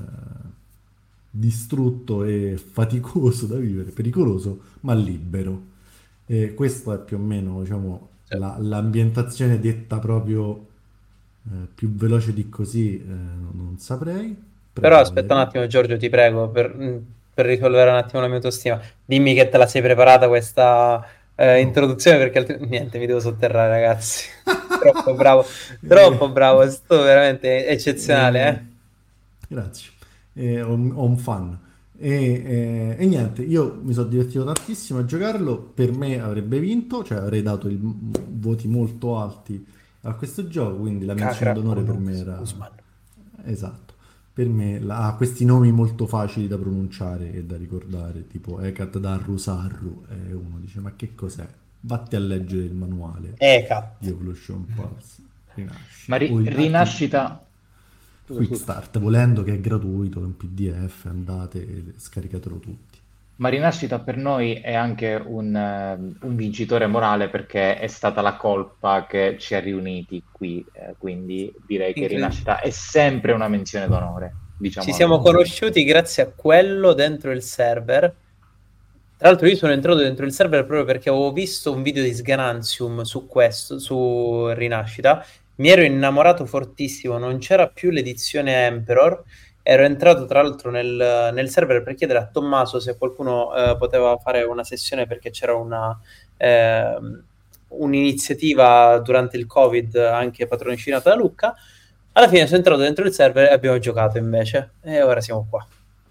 distrutto e faticoso da vivere, pericoloso ma libero. E questo è più o meno, diciamo, Sì. la- l'ambientazione detta proprio eh, più veloce di così, eh, non, non saprei. Però Prego, aspetta un Valerio. attimo, Giorgio, ti prego, per, mm, per risolvere un attimo la mia autostima, dimmi che te la sei preparata questa eh, No. introduzione, perché altrimenti niente, mi devo sotterrare, ragazzi. Troppo bravo, Eh, troppo bravo, è stato veramente eccezionale, eh, eh? grazie. Eh, ho, ho un fan. E, eh, e niente, io mi sono divertito tantissimo a giocarlo. Per me avrebbe vinto, cioè avrei dato il- voti molto alti a questo gioco. Quindi la menzione Cacra d'onore per me Kunus era Usman. esatto. Per me la- ha questi nomi molto facili da pronunciare e da ricordare, tipo Ekat Darru Sarru. E uno dice: Ma che cos'è? Vatti a leggere il manuale Ecat. di Evolution Pulse Rinascita. Ma ri- O il rinascita... Scusa, Quick scusa. Start, volendo, che è gratuito, è un P D F, andate e scaricatelo tutti. Ma Rinascita per noi è anche un, eh, un vincitore morale perché è stata la colpa che ci ha riuniti qui, eh, quindi direi che Incredibile. Rinascita è sempre una menzione d'onore, Ci diciamo. siamo conosciuti grazie a quello dentro il server. Tra l'altro io sono entrato dentro il server proprio perché avevo visto un video di Sganantium su questo, su Rinascita. Mi ero innamorato fortissimo, non c'era più l'edizione Emperor. Ero entrato tra l'altro nel, nel server per chiedere a Tommaso se qualcuno eh, poteva fare una sessione perché c'era una ehm, un'iniziativa durante il Covid anche patrocinata da Lucca. Alla fine sono entrato dentro il server e abbiamo giocato invece e ora siamo qua.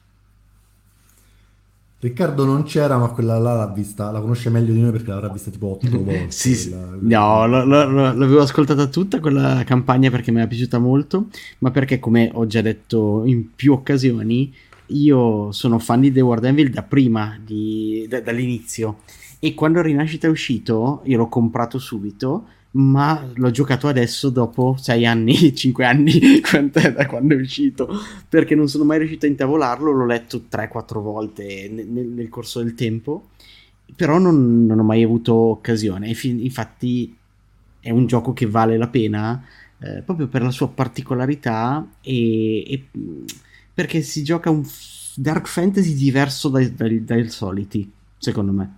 Riccardo non c'era, ma quella là l'ha vista, la conosce meglio di noi perché l'avrà vista tipo otto volte. Sì, sì. quella- No, lo- lo- lo- l'avevo ascoltata tutta quella campagna perché mi è piaciuta molto, ma perché, come ho già detto in più occasioni, io sono fan di The War Anvil da prima, di- da- dall'inizio. E quando Rinascita è uscito, io l'ho comprato subito, ma l'ho giocato adesso dopo sei anni, cinque anni, quant'è da quando è uscito, perché non sono mai riuscito a intavolarlo, l'ho letto tre quattro volte nel, nel- nel corso del tempo, però non, non ho mai avuto occasione. E fi- infatti è un gioco che vale la pena eh, proprio per la sua particolarità e, e, mh, perché si gioca un f- dark fantasy diverso dai, dai, dai soliti, secondo me.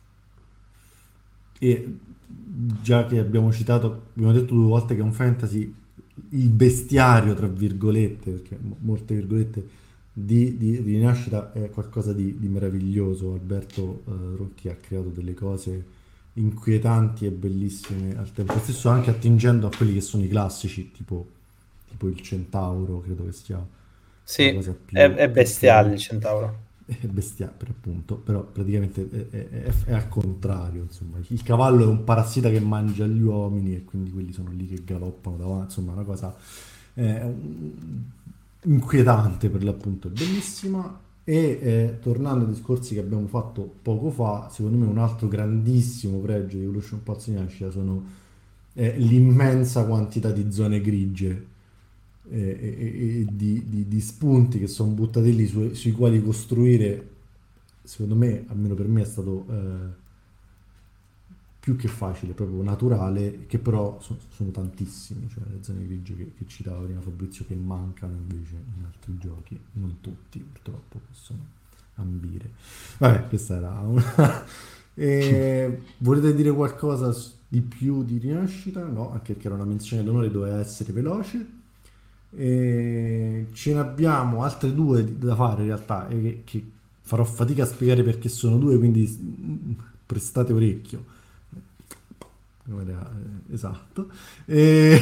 E già che abbiamo citato, abbiamo detto due volte che è un fantasy, il bestiario, tra virgolette, perché mo- molte virgolette, di, di, di Rinascita è qualcosa di, di meraviglioso. Alberto eh, Rocchi ha creato delle cose inquietanti e bellissime al tempo stesso, anche attingendo a quelli che sono i classici, tipo, tipo il Centauro, credo che sia Sì, la cosa più, è, è più bestiale figa. il centauro. È bestiale per appunto, però praticamente è, è- è- è al contrario, insomma. Il cavallo è un parassita che mangia gli uomini e quindi quelli sono lì che galoppano davanti, insomma, una cosa eh, un- inquietante per l'appunto, è bellissima. E eh, tornando ai discorsi che abbiamo fatto poco fa, secondo me un altro grandissimo pregio di Evolution Pass in Nascita sono eh, l'immensa quantità di zone grigie e, e- e di, di- di spunti che sono buttati lì su- sui quali costruire. Secondo me, almeno per me, è stato eh, più che facile, proprio naturale, che però so- sono tantissimi, cioè le zone grigie che, che citava prima Fabrizio, che mancano invece in altri giochi, non tutti purtroppo possono ambire. Vabbè, questa era una... E volete dire qualcosa s- di più di Rinascita? No, anche perché era una menzione d'onore, doveva essere veloce. E ce ne abbiamo altre due da fare in realtà, e che, che farò fatica a spiegare perché sono due, quindi mm, prestate orecchio. Come era- eh, esatto. E...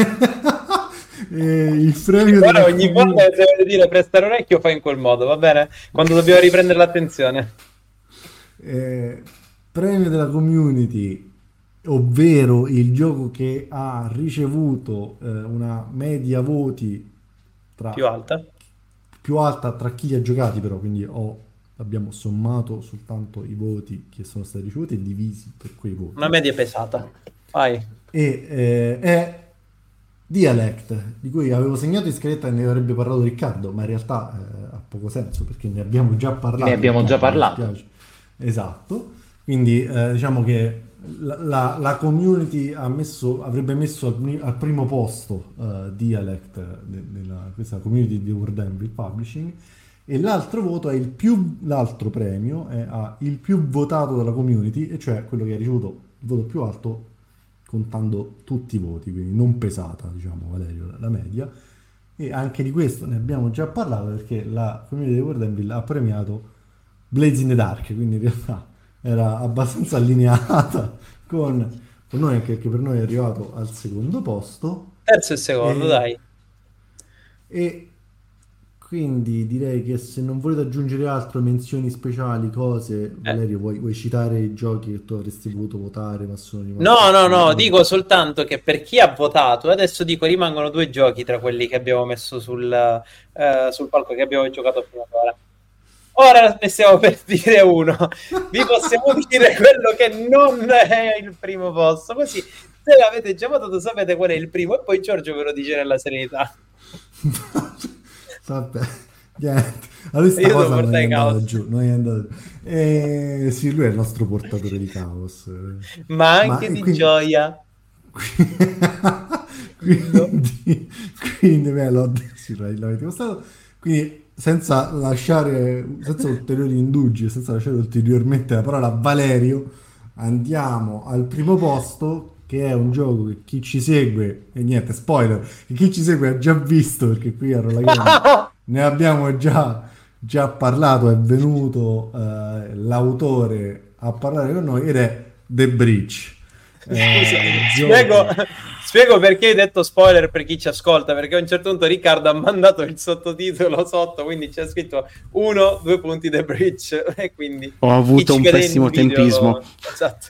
e il premio Ora della ogni volta community- che devo dire prestare orecchio fa in quel modo, va bene? Quando dobbiamo riprendere l'attenzione. eh, premio della community, ovvero il gioco che ha ricevuto eh, una media voti tra Più alta. più alta tra chi li ha giocati, però, quindi ho, abbiamo sommato soltanto i voti che sono stati ricevuti e divisi per quei voti. Una media pesata. Vai. E eh, è Dialect, di cui avevo segnato in scaletta e ne avrebbe parlato Riccardo, ma in realtà eh, ha poco senso perché ne abbiamo già parlato. Ne abbiamo già Riccardo, mi parlato. dispiace. Esatto. Quindi eh, diciamo che la, la- la community ha messo, avrebbe messo al, pri- al primo posto eh, Dialect, eh, de- della, questa community di World Anvil Publishing, e l'altro voto è il più, l'altro premio è a il più votato dalla community, e cioè quello che ha ricevuto il voto più alto contando tutti i voti, quindi non pesata, diciamo, Valerio, la, la media. E anche di questo ne abbiamo già parlato perché la community di World Anvil ha premiato Blades in the Dark, quindi in realtà era abbastanza allineata con, con noi, anche perché per noi è arrivato al secondo posto. Terzo e secondo, E, dai. e quindi direi che se non volete aggiungere altro, menzioni speciali, cose, Eh. Valerio, vuoi, vuoi citare i giochi che tu avresti voluto votare, ma sono rimasti No, no, no, esclusi? dico soltanto che per chi ha votato, adesso dico rimangono due giochi tra quelli che abbiamo messo sul, eh, sul palco che abbiamo giocato fino ad ora. Ora ne stiamo per dire uno. Vi possiamo dire quello che non è il primo posto, così se l'avete già votato sapete qual è il primo e poi Giorgio ve lo dice nella serenità. Vabbè, niente. Allora sta Io devo cosa non è portare andata caos. giù, non è andata giù. Eh, sì, lui è il nostro portatore di caos. Ma Ma anche e di quindi, gioia. quindi, quindi beh, l'ho, sì, l'avete mostrato. Quindi senza lasciare, senza ulteriori indugi, senza lasciare ulteriormente la parola a Valerio, andiamo al primo posto, che è un gioco che chi ci segue, e niente, spoiler, che chi ci segue ha già visto, perché qui a Roll Again ne abbiamo già, già parlato, è venuto eh, l'autore a parlare con noi, ed è The Breach. Scusa, Eh, spiego, gioco- spiego perché hai detto spoiler per chi ci ascolta, perché a un certo punto Riccardo ha mandato il sottotitolo sotto, quindi c'è scritto uno, due punti The Breach, e quindi Ho chi avuto ci un vede in pessimo video tempismo. lo- Esatto.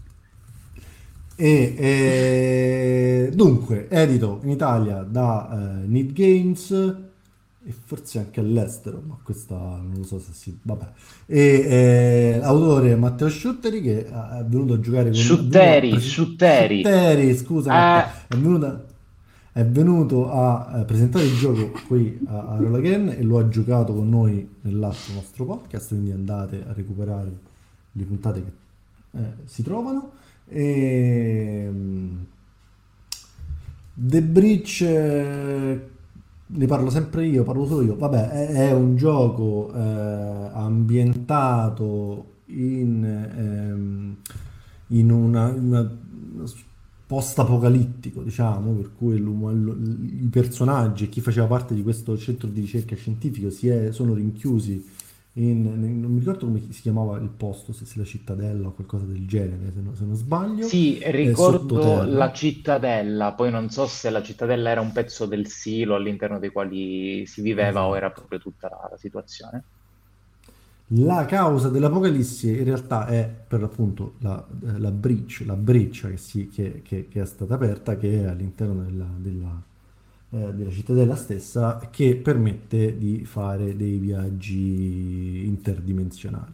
E eh, dunque, edito in Italia da eh, Need Games e forse anche all'estero, ma questa non lo so se si... vabbè. E eh, autore Matteo Sciutteri, che è venuto a giocare con... è venuto a Sciutteri, prese- Sciutteri. Sciutteri, scusa Matteo, Ah, è venuto, è venuto a eh, presentare il gioco qui a, a Roll Again e lo ha giocato con noi nell'altro nostro podcast, quindi andate a recuperare le puntate che eh, si trovano. E, mm, The Breach, eh, ne parlo sempre io, parlo solo io. Vabbè, è, è un gioco eh, ambientato in, ehm, in una, una post-apocalittico, diciamo, per cui l'uomo- l- i personaggi e chi faceva parte di questo centro di ricerca scientifico si è- sono rinchiusi in, in- non mi ricordo come si chiamava il posto, se sia la cittadella o qualcosa del genere, se non, se non sbaglio, sì, è ricordo sottoterra. la cittadella, poi non so se la cittadella era un pezzo del silo all'interno dei quali si viveva o era Esatto. proprio tutta la, la situazione. La causa dell'Apocalisse in realtà è per l'appunto la, la breach, la breccia che, si- che- che- che è stata aperta, che è all'interno della, della, eh, della cittadella stessa, che permette di fare dei viaggi interdimensionali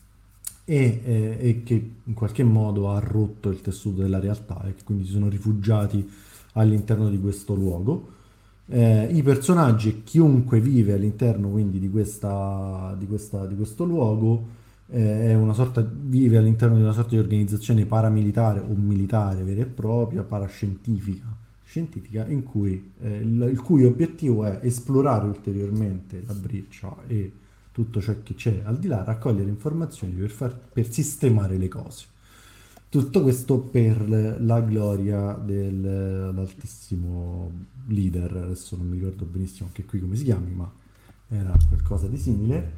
e, eh, e che in qualche modo ha rotto il tessuto della realtà e che quindi si sono rifugiati all'interno di questo luogo. Eh, i personaggi e chiunque vive all'interno quindi di questa, di questa- di questo luogo eh, è una sorta, vive all'interno di una sorta di organizzazione paramilitare o militare vera e propria, parascientifica, scientifica, in cui, eh, il, il cui obiettivo è esplorare ulteriormente la breccia e tutto ciò che c'è al di là, raccogliere informazioni per, far, per sistemare le cose. Tutto questo per la gloria dell'altissimo leader, adesso non mi ricordo benissimo anche qui come si chiami, ma era qualcosa di simile.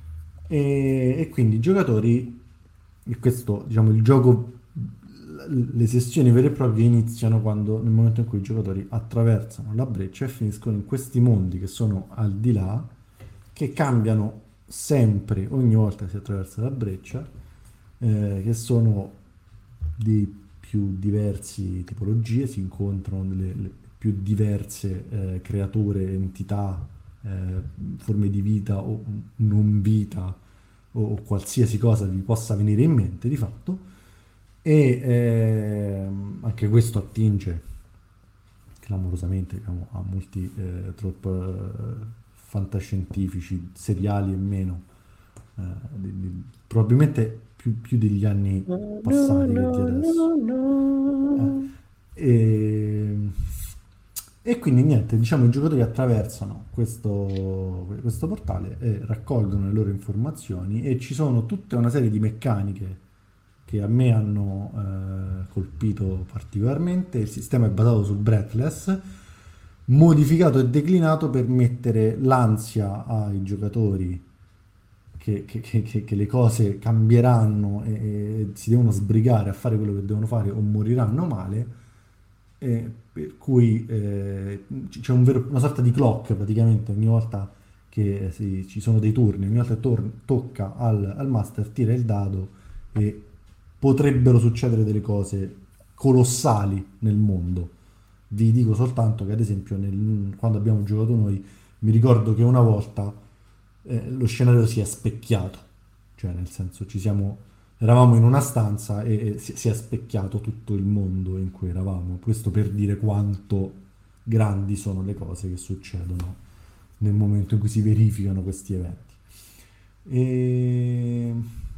E, e quindi i giocatori, e questo diciamo il gioco, le sessioni vere e proprie iniziano quando, nel momento in cui i giocatori attraversano la breccia e finiscono in questi mondi che sono al di là, che cambiano sempre, ogni volta che si attraversa la breccia, eh, che sono di più diverse tipologie, si incontrano delle le più diverse eh, creature, entità, eh, forme di vita o non vita o, o qualsiasi cosa vi possa venire in mente di fatto, e ehm, anche questo attinge clamorosamente, diciamo, a molti eh, troppo eh, fantascientifici, seriali e meno, eh, di- di- probabilmente più, più degli anni passati che di adesso. Eh, e, e quindi niente, diciamo i giocatori attraversano questo, questo portale e raccolgono le loro informazioni e ci sono tutta una serie di meccaniche che a me hanno eh, colpito particolarmente. Il sistema è basato sul Breathless, modificato e declinato per mettere l'ansia ai giocatori che, che, che, che le cose cambieranno e, e si devono sbrigare a fare quello che devono fare o moriranno male, e per cui eh, c'è un vero, una sorta di clock praticamente ogni volta che si, ci sono dei turni, ogni volta che tor- tocca al, al master, tira il dado e potrebbero succedere delle cose colossali nel mondo. Vi dico soltanto che ad esempio nel, quando abbiamo giocato noi mi ricordo che una volta eh, lo scenario si è specchiato, cioè nel senso ci siamo eravamo in una stanza e, e si, si è specchiato tutto il mondo in cui eravamo. Questo per dire quanto grandi sono le cose che succedono nel momento in cui si verificano questi eventi. E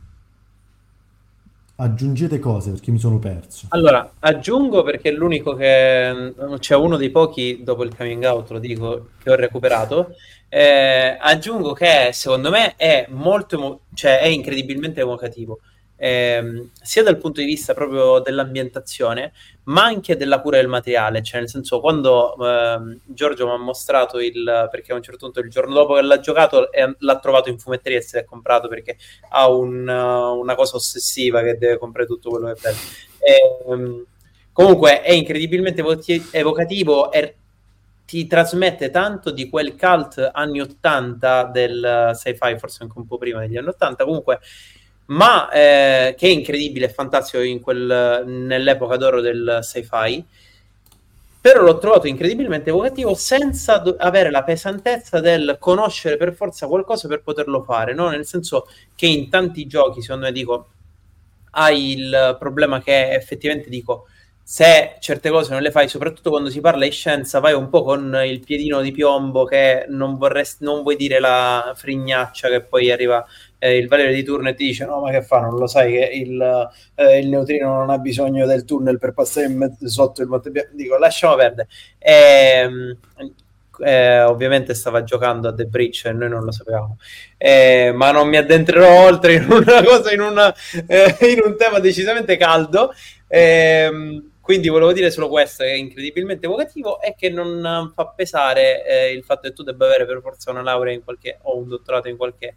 aggiungete cose perché mi sono perso. Allora, aggiungo perché è l'unico che c'è uno dei pochi dopo il coming out, lo dico, che ho recuperato. Eh, aggiungo che secondo me è molto emo- cioè è incredibilmente evocativo, eh, sia dal punto di vista proprio dell'ambientazione, ma anche della cura del materiale. Cioè, nel senso, quando eh, Giorgio mi ha mostrato il, perché a un certo punto il giorno dopo che l'ha giocato e l'ha trovato in fumetteria e se l'è comprato perché ha un, una cosa ossessiva che deve comprare tutto quello che è bello. E, comunque è incredibilmente evocativo e ti trasmette tanto di quel cult anni ottanta del sci-fi, forse anche un po' prima degli anni ottanta, comunque, ma eh, che è incredibile e fantastico in quel, nell'epoca d'oro del sci-fi. Però l'ho trovato incredibilmente evocativo senza do- avere la pesantezza del conoscere per forza qualcosa per poterlo fare, no? Nel senso che in tanti giochi, secondo me, dico, hai il problema che effettivamente, dico, se certe cose non le fai, soprattutto quando si parla di scienza, vai un po' con il piedino di piombo che non vorresti, non vuoi dire la frignaccia che poi arriva eh, il Valerio di turno e ti dice no ma che fa, non lo sai che il, eh, il neutrino non ha bisogno del tunnel per passare in mezzo, sotto il Monte Bianco. Dico lasciamo perdere. E, eh, ovviamente stava giocando a The Breach e noi non lo sapevamo, eh, ma non mi addentrerò oltre in una cosa, in, una, eh, in un tema decisamente caldo. Eh, quindi volevo dire solo questo, che è incredibilmente evocativo e che non fa pesare eh, il fatto che tu debba avere per forza una laurea in qualche o un dottorato in qualche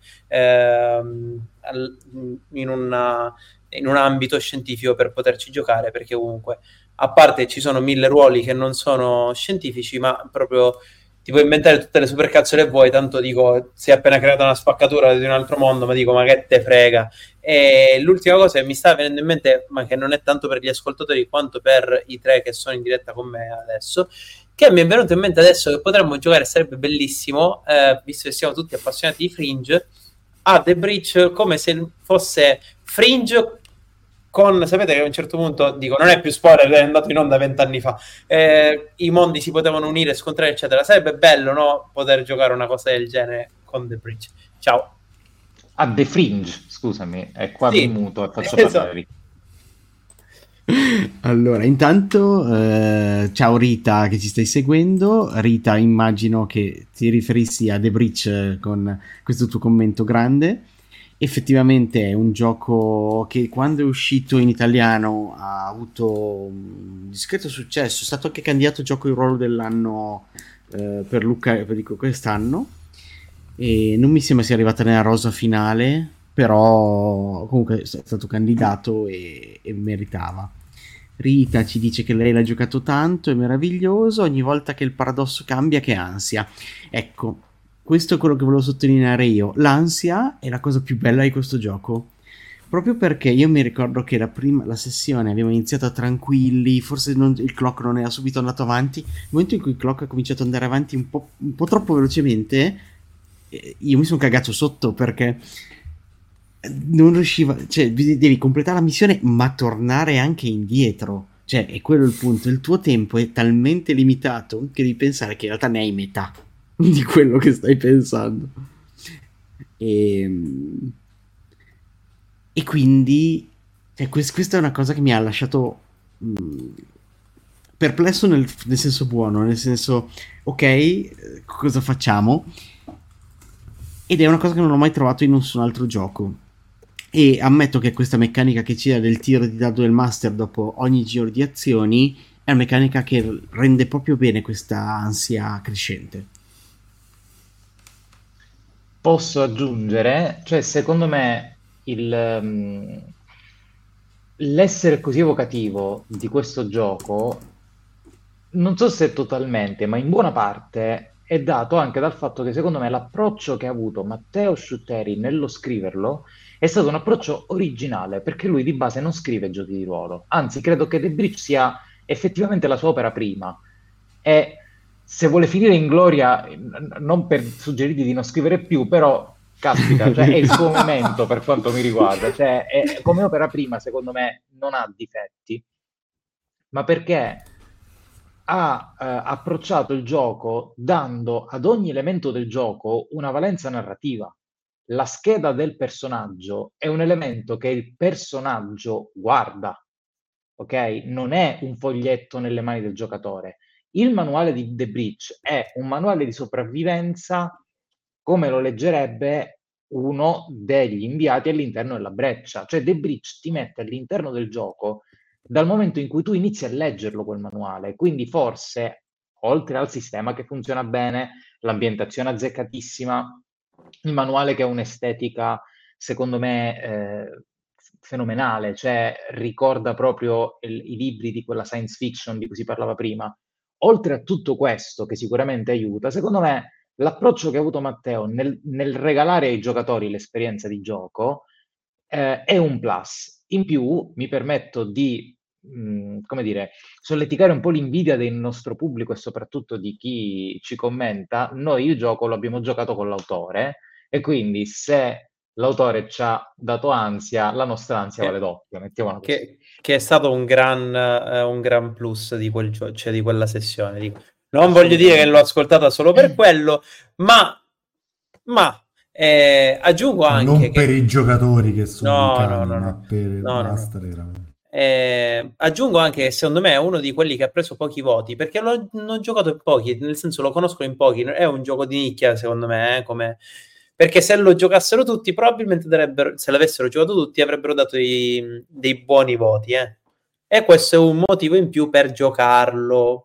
ehm, in, una, in un ambito scientifico per poterci giocare, perché comunque a parte ci sono mille ruoli che non sono scientifici, ma proprio ti puoi inventare tutte le supercazzole che vuoi, tanto dico, si è appena creata una spaccatura di un altro mondo, ma dico, ma che te frega. E l'ultima cosa che mi sta venendo in mente, ma che non è tanto per gli ascoltatori quanto per i tre che sono in diretta con me adesso, che mi è venuto in mente adesso che potremmo giocare, sarebbe bellissimo, eh, visto che siamo tutti appassionati di Fringe, a The Breach come se fosse Fringe con, sapete che a un certo punto, dico, non è più spoiler, è andato in onda vent'anni fa, eh, i mondi si potevano unire, scontrare eccetera. Sarebbe bello, no, poter giocare una cosa del genere con The Breach. Ciao. Ah, The Fringe, scusami, è qua Sì, mi muto e faccio esatto. parlare. Allora, intanto eh, ciao Rita che ci stai seguendo. Rita, immagino che ti riferissi a The Breach con questo tuo commento grande. Effettivamente è un gioco che quando è uscito in italiano ha avuto un discreto successo, è stato anche candidato gioco di ruolo dell'anno eh, per Luca, per dico, quest'anno, e non mi sembra sia arrivata nella rosa finale, però comunque è stato candidato e, e meritava. Rita ci dice che lei l'ha giocato tanto, è meraviglioso, ogni volta che il paradosso cambia che ansia. Ecco, questo è quello che volevo sottolineare io. L'ansia è la cosa più bella di questo gioco, proprio perché io mi ricordo che la prima la sessione abbiamo iniziato tranquilli, forse non, il clock non era subito andato avanti. Nel momento in cui il clock ha cominciato ad andare avanti un po', un po' troppo velocemente, eh, io mi sono cagato sotto perché non riusciva, cioè devi completare la missione ma tornare anche indietro, cioè è quello il punto, il tuo tempo è talmente limitato che devi pensare che in realtà ne hai metà di quello che stai pensando. E E quindi cioè, quest- questa è una cosa che mi ha lasciato mh, perplesso nel, nel senso buono, nel senso, ok, eh, cosa facciamo? Ed è una cosa che non ho mai trovato in nessun altro gioco. E ammetto che questa meccanica che c'era del tiro di dado del master dopo ogni giro di azioni è una meccanica che rende proprio bene questa ansia crescente. Posso aggiungere, cioè secondo me il, ehm, l'essere così evocativo di questo gioco, non so se totalmente, ma in buona parte è dato anche dal fatto che secondo me l'approccio che ha avuto Matteo Sciutteri nello scriverlo è stato un approccio originale, perché lui di base non scrive giochi di ruolo, anzi credo che The Breach sia effettivamente la sua opera prima. E se vuole finire in gloria, n- non per suggerirgli di non scrivere più, però caspita, cioè è il suo momento per quanto mi riguarda. Cioè, è- come opera prima, secondo me, non ha difetti, ma perché ha eh, approcciato il gioco dando ad ogni elemento del gioco una valenza narrativa. La scheda del personaggio è un elemento che il personaggio guarda, ok? Non è un foglietto nelle mani del giocatore. Il manuale di The Breach è un manuale di sopravvivenza come lo leggerebbe uno degli inviati all'interno della breccia. Cioè The Breach ti mette all'interno del gioco dal momento in cui tu inizi a leggerlo quel manuale. Quindi forse, oltre al sistema che funziona bene, l'ambientazione azzeccatissima, il manuale che ha un'estetica, secondo me, eh, fenomenale, cioè ricorda proprio il- i libri di quella science fiction di cui si parlava prima. Oltre a tutto questo, che sicuramente aiuta, secondo me l'approccio che ha avuto Matteo nel, nel regalare ai giocatori l'esperienza di gioco eh, è un plus. In più mi permetto di, mh, come dire, solleticare un po' l'invidia del nostro pubblico e soprattutto di chi ci commenta. Noi il gioco lo abbiamo giocato con l'autore e quindi se l'autore ci ha dato ansia, la nostra ansia vale Che, doppio, mettiamola così. che- che è stato un gran, eh, un gran plus di quel gioco, cioè di quella sessione. Dico. Non voglio dire che l'ho Assolutamente. ascoltata solo per quello, ma, ma eh, aggiungo Ma anche non per che i giocatori che sono dei no, no, cani, no, ma no, per il no, no, no. master veramente. Eh, aggiungo anche che secondo me è uno di quelli che ha preso pochi voti perché l'ho, l'ho giocato in pochi, nel senso lo conosco in pochi, è un gioco di nicchia secondo me, eh, come... perché se lo giocassero tutti probabilmente darebbero, se l'avessero giocato tutti avrebbero dato i- dei buoni voti, eh. E questo è un motivo in più per giocarlo.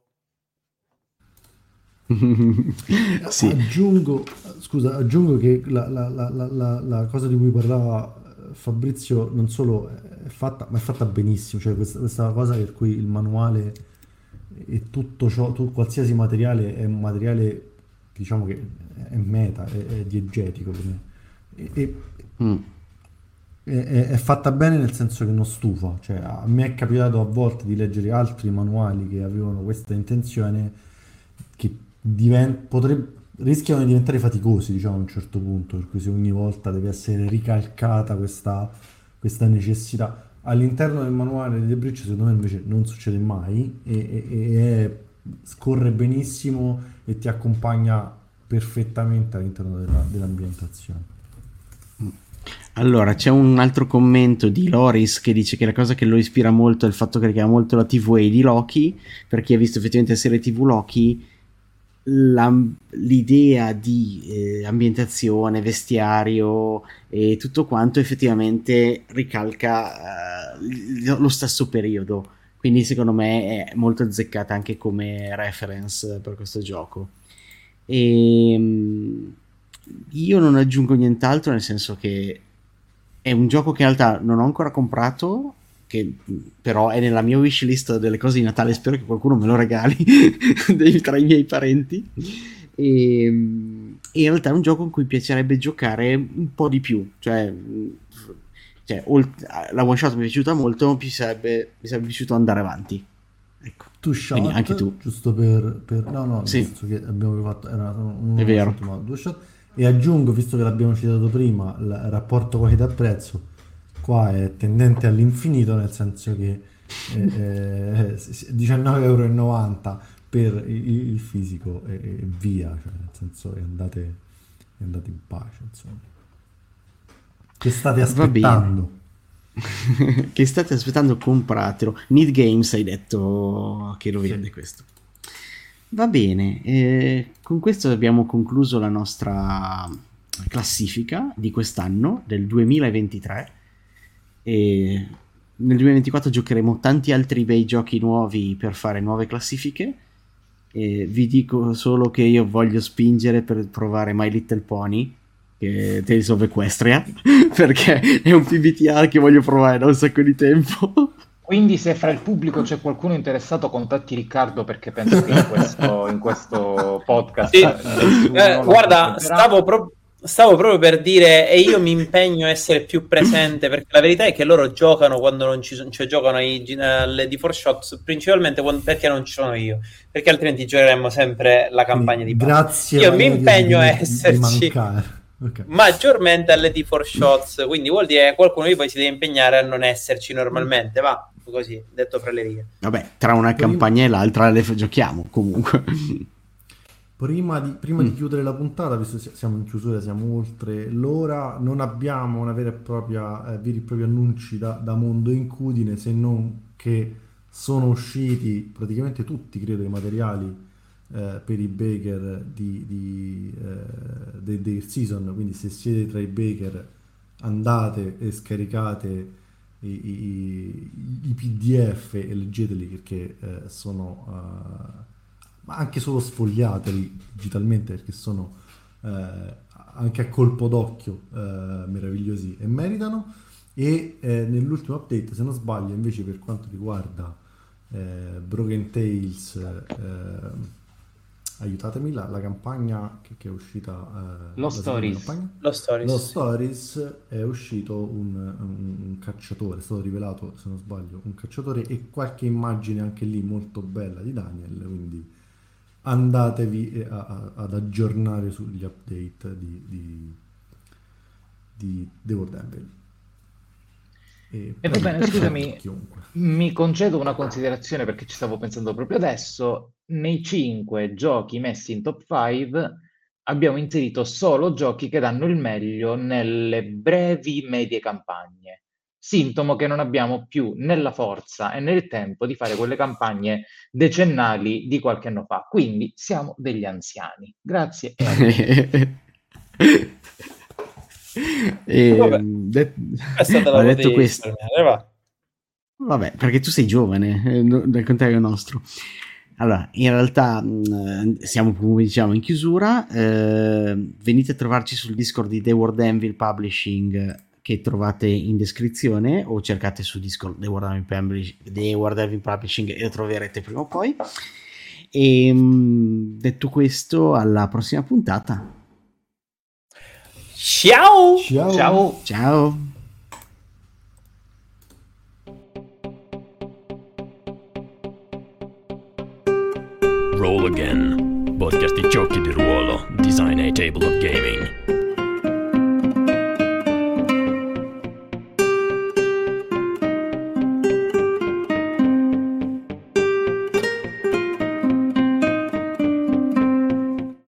Sì. Aggiungo, scusa, aggiungo che la, la- la- la- la- la cosa di cui parlava eh, Fabrizio non solo è fatta, ma è fatta benissimo, cioè questa, questa cosa per cui il manuale e tutto ciò, tu- qualsiasi materiale è un materiale, diciamo che è meta, è, è diegetico per me. E, e- Mm. è, è- è fatta bene nel senso che non stufa, cioè a me è capitato a volte di leggere altri manuali che avevano questa intenzione che diven- potreb- rischiano di diventare faticosi, diciamo, a un certo punto, per cui se ogni volta deve essere ricalcata questa, questa necessità. All'interno del manuale di The Breach, secondo me invece non succede mai e, e- e è- scorre benissimo e ti accompagna perfettamente all'interno della- dell'ambientazione. Allora, c'è un altro commento di Loris che dice che la cosa che lo ispira molto è il fatto che richiama molto la T V A di Loki, per chi ha visto effettivamente la serie T V Loki, la- l'idea di eh, ambientazione, vestiario e tutto quanto effettivamente ricalca eh, lo stesso periodo, quindi secondo me è molto azzeccata anche come reference per questo gioco. E mm, io non aggiungo nient'altro, nel senso che è un gioco che in realtà non ho ancora comprato, che mh, però è nella mia wishlist delle cose di Natale, spero che qualcuno me lo regali dei- tra i miei parenti. E, mh, e in realtà è un gioco in cui piacerebbe giocare un po' di più, cioè, mh, cioè, olt- la one shot mi è piaciuta molto, mi sarebbe, mi sarebbe piaciuto andare avanti. Ecco, Two quindi anche shot, tu. giusto per, per- no, no, nel Sì, senso che abbiamo fatto, era un è one vero. shot, ma due shot. E aggiungo, visto che l'abbiamo citato prima, il rapporto qualità-prezzo, qua è tendente all'infinito, nel senso che eh, eh, diciannove euro e novanta per il, il fisico e, e via, cioè nel senso che andate, e andate in pace, insomma. Che state Va bene. aspettando? che state aspettando, compratelo. Need Games hai detto che lo vende, sì. Questo va bene, eh, con questo abbiamo concluso la nostra classifica di quest'anno del duemilaventitré e nel duemilaventiquattro giocheremo tanti altri bei giochi nuovi per fare nuove classifiche. E vi dico solo che io voglio spingere per provare My Little Pony, che Tales of Equestria, perché è un P B T R che voglio provare da un sacco di tempo. Quindi se fra il pubblico c'è qualcuno interessato, contatti Riccardo, perché penso che in questo, in questo podcast sì. eh, guarda, stavo, pro- stavo proprio per dire, e io mi impegno a essere più presente, perché la verità è che loro giocano quando non ci sono, cioè giocano ai, alle D quattro Shots principalmente quando, perché non ci sono io, perché altrimenti giocheremmo sempre la campagna quindi, di base. grazie, io mi impegno di, a esserci okay. maggiormente alle D quattro Shots, quindi vuol dire che qualcuno di voi si deve impegnare a non esserci normalmente, va così, detto fra le righe. Vabbè, tra una prima... campagna e l'altra le f- giochiamo comunque. Prima, di, prima mm. di chiudere la puntata, visto che siamo in chiusura, siamo oltre l'ora, non abbiamo una vera e propria eh, veri e propri annunci da, da Mondo Incudine, se non che sono usciti praticamente tutti, credo, i materiali eh, per i baker di, di eh, de, de season, quindi se siete tra i baker andate e scaricate I, i, i P D F e leggeteli, perché eh, sono uh, ma anche solo sfogliateli digitalmente, perché sono eh, anche a colpo d'occhio eh, meravigliosi e meritano. E eh, nell'ultimo update, se non sbaglio, invece, per quanto riguarda eh, Broken Tales, eh, aiutatemi, la, la campagna che, che è uscita eh, Lost Stories. Lost Stories. Lost Stories è uscito un, un, un cacciatore, è stato rivelato, se non sbaglio, un cacciatore e qualche immagine anche lì molto bella di Daniel, quindi andatevi a, a, ad aggiornare sugli update di, di, di The World Anvil. E, e va bene, scusami, mi concedo una considerazione perché ci stavo pensando proprio adesso. Nei cinque giochi messi in top cinque abbiamo inserito solo giochi che danno il meglio nelle brevi medie campagne, sintomo che non abbiamo più né la forza e né il tempo di fare quelle campagne decennali di qualche anno fa, quindi siamo degli anziani. Grazie. E, vabbè, det- è stata la ho detto questo, va. vabbè, perché tu sei giovane, eh, no- al contrario nostro. Allora, in realtà mh, siamo, come diciamo, in chiusura. Eh, venite a trovarci sul Discord di The World Anvil Publishing, che trovate in descrizione, o cercate su Discord The World Anvil Publishing, The World Anvil Publishing e lo troverete prima o poi. E mh, detto questo, alla prossima puntata. Ciao! Ciao! Ciao! Ciao! Roll Again, podcast di giochi di ruolo, design a table of gaming.